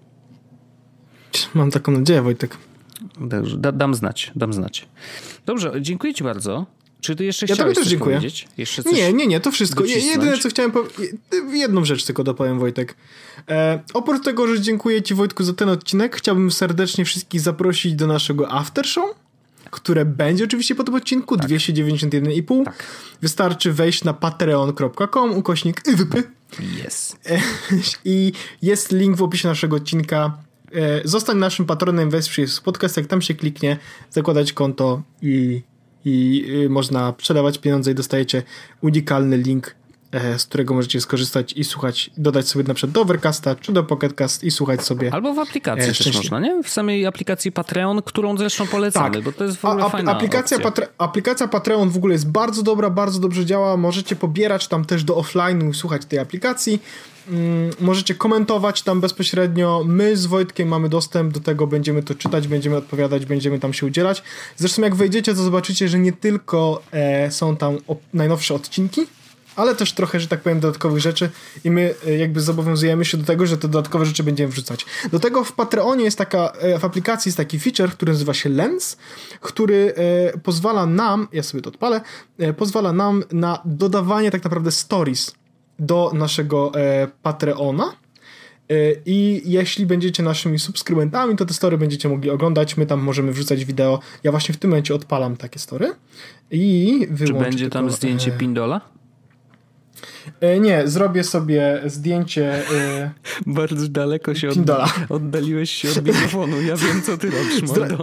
Mam taką nadzieję, Wojtek. Dobrze, da, dam znać, dam znać. Dobrze, dziękuję ci bardzo. Czy ty jeszcze ja chciałeś też coś dziękuję. powiedzieć? Jeszcze coś nie, nie, nie, to wszystko. docisnąć? Jedyne, co chciałem powiedzieć, jedną rzecz tylko dopowiem, Wojtek. E, oprócz tego, że dziękuję ci, Wojtku, za ten odcinek, chciałbym serdecznie wszystkich zaprosić do naszego after show, które będzie oczywiście po tym odcinku, tak. dwieście dziewięćdziesiąt jeden i pół. Tak. Wystarczy wejść na patreon kropka com, ukośnik iwypy. Yes. E, I jest link w opisie naszego odcinka. E, zostań naszym patronem, wesprzyj podcast, jak tam się kliknie, zakładać konto i i można przelewać pieniądze i dostajecie unikalny link, z którego możecie skorzystać i słuchać, dodać sobie na przykład do Overcasta czy do Pocketcast i słuchać sobie. Albo w aplikacji też można, nie? W samej aplikacji Patreon, którą zresztą polecamy, tak. Bo to jest w ogóle a, fajna aplikacja, Patre, aplikacja Patreon w ogóle jest bardzo dobra, bardzo dobrze działa. Możecie pobierać tam też do offline'u i słuchać tej aplikacji. Mm, możecie komentować tam bezpośrednio. My z Wojtkiem mamy dostęp do tego, będziemy to czytać, będziemy odpowiadać, będziemy tam się udzielać. Zresztą jak wejdziecie, to zobaczycie, że nie tylko e, są tam op- najnowsze odcinki, ale też trochę, że tak powiem, dodatkowych rzeczy i my e, jakby zobowiązujemy się do tego, że te dodatkowe rzeczy będziemy wrzucać. Do tego w Patreonie jest taka, e, w aplikacji jest taki feature, który nazywa się Lens, który e, pozwala nam, ja sobie to odpalę, e, pozwala nam na dodawanie tak naprawdę stories do naszego e, Patreona e, i jeśli będziecie naszymi subskrybentami, to te story będziecie mogli oglądać, my tam możemy wrzucać wideo. Ja właśnie w tym momencie odpalam takie story i wyłączę. Czy będzie tylko, tam zdjęcie e, Pindola? E, nie, zrobię sobie zdjęcie e, bardzo daleko się Pindola. Od, oddaliłeś się od mikrofonu, ja wiem co ty robisz, Mordo.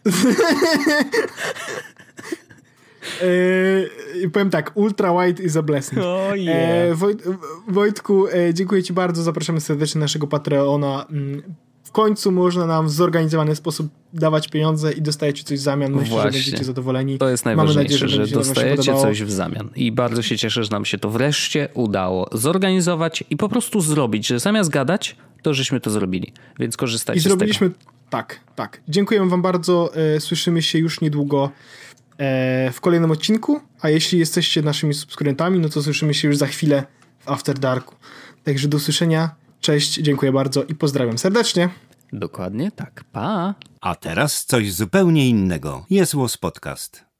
Yy, powiem tak, ultra wide is a blessing. Oh yeah. e, Wojt, Wojtku, e, dziękuję ci bardzo, zapraszamy serdecznie na naszego Patreona. W końcu można nam w zorganizowany sposób dawać pieniądze i dostajecie coś w zamian. Myślę, Właśnie. że będziecie zadowoleni. To jest najważniejsze, nadzieję, że, że dostajecie coś w zamian. I bardzo się cieszę, że nam się to wreszcie udało zorganizować i po prostu zrobić, że zamiast gadać, to żeśmy to zrobili. Więc korzystajcie I zrobiliśmy, z tego. tak, tak. Dziękuję wam bardzo. E, słyszymy się już niedługo w kolejnym odcinku, a jeśli jesteście naszymi subskrybentami, no to słyszymy się już za chwilę w After Darku. Także do usłyszenia, cześć, dziękuję bardzo i pozdrawiam serdecznie. Dokładnie tak, pa! A teraz coś zupełnie innego. Jest Łos Podcast.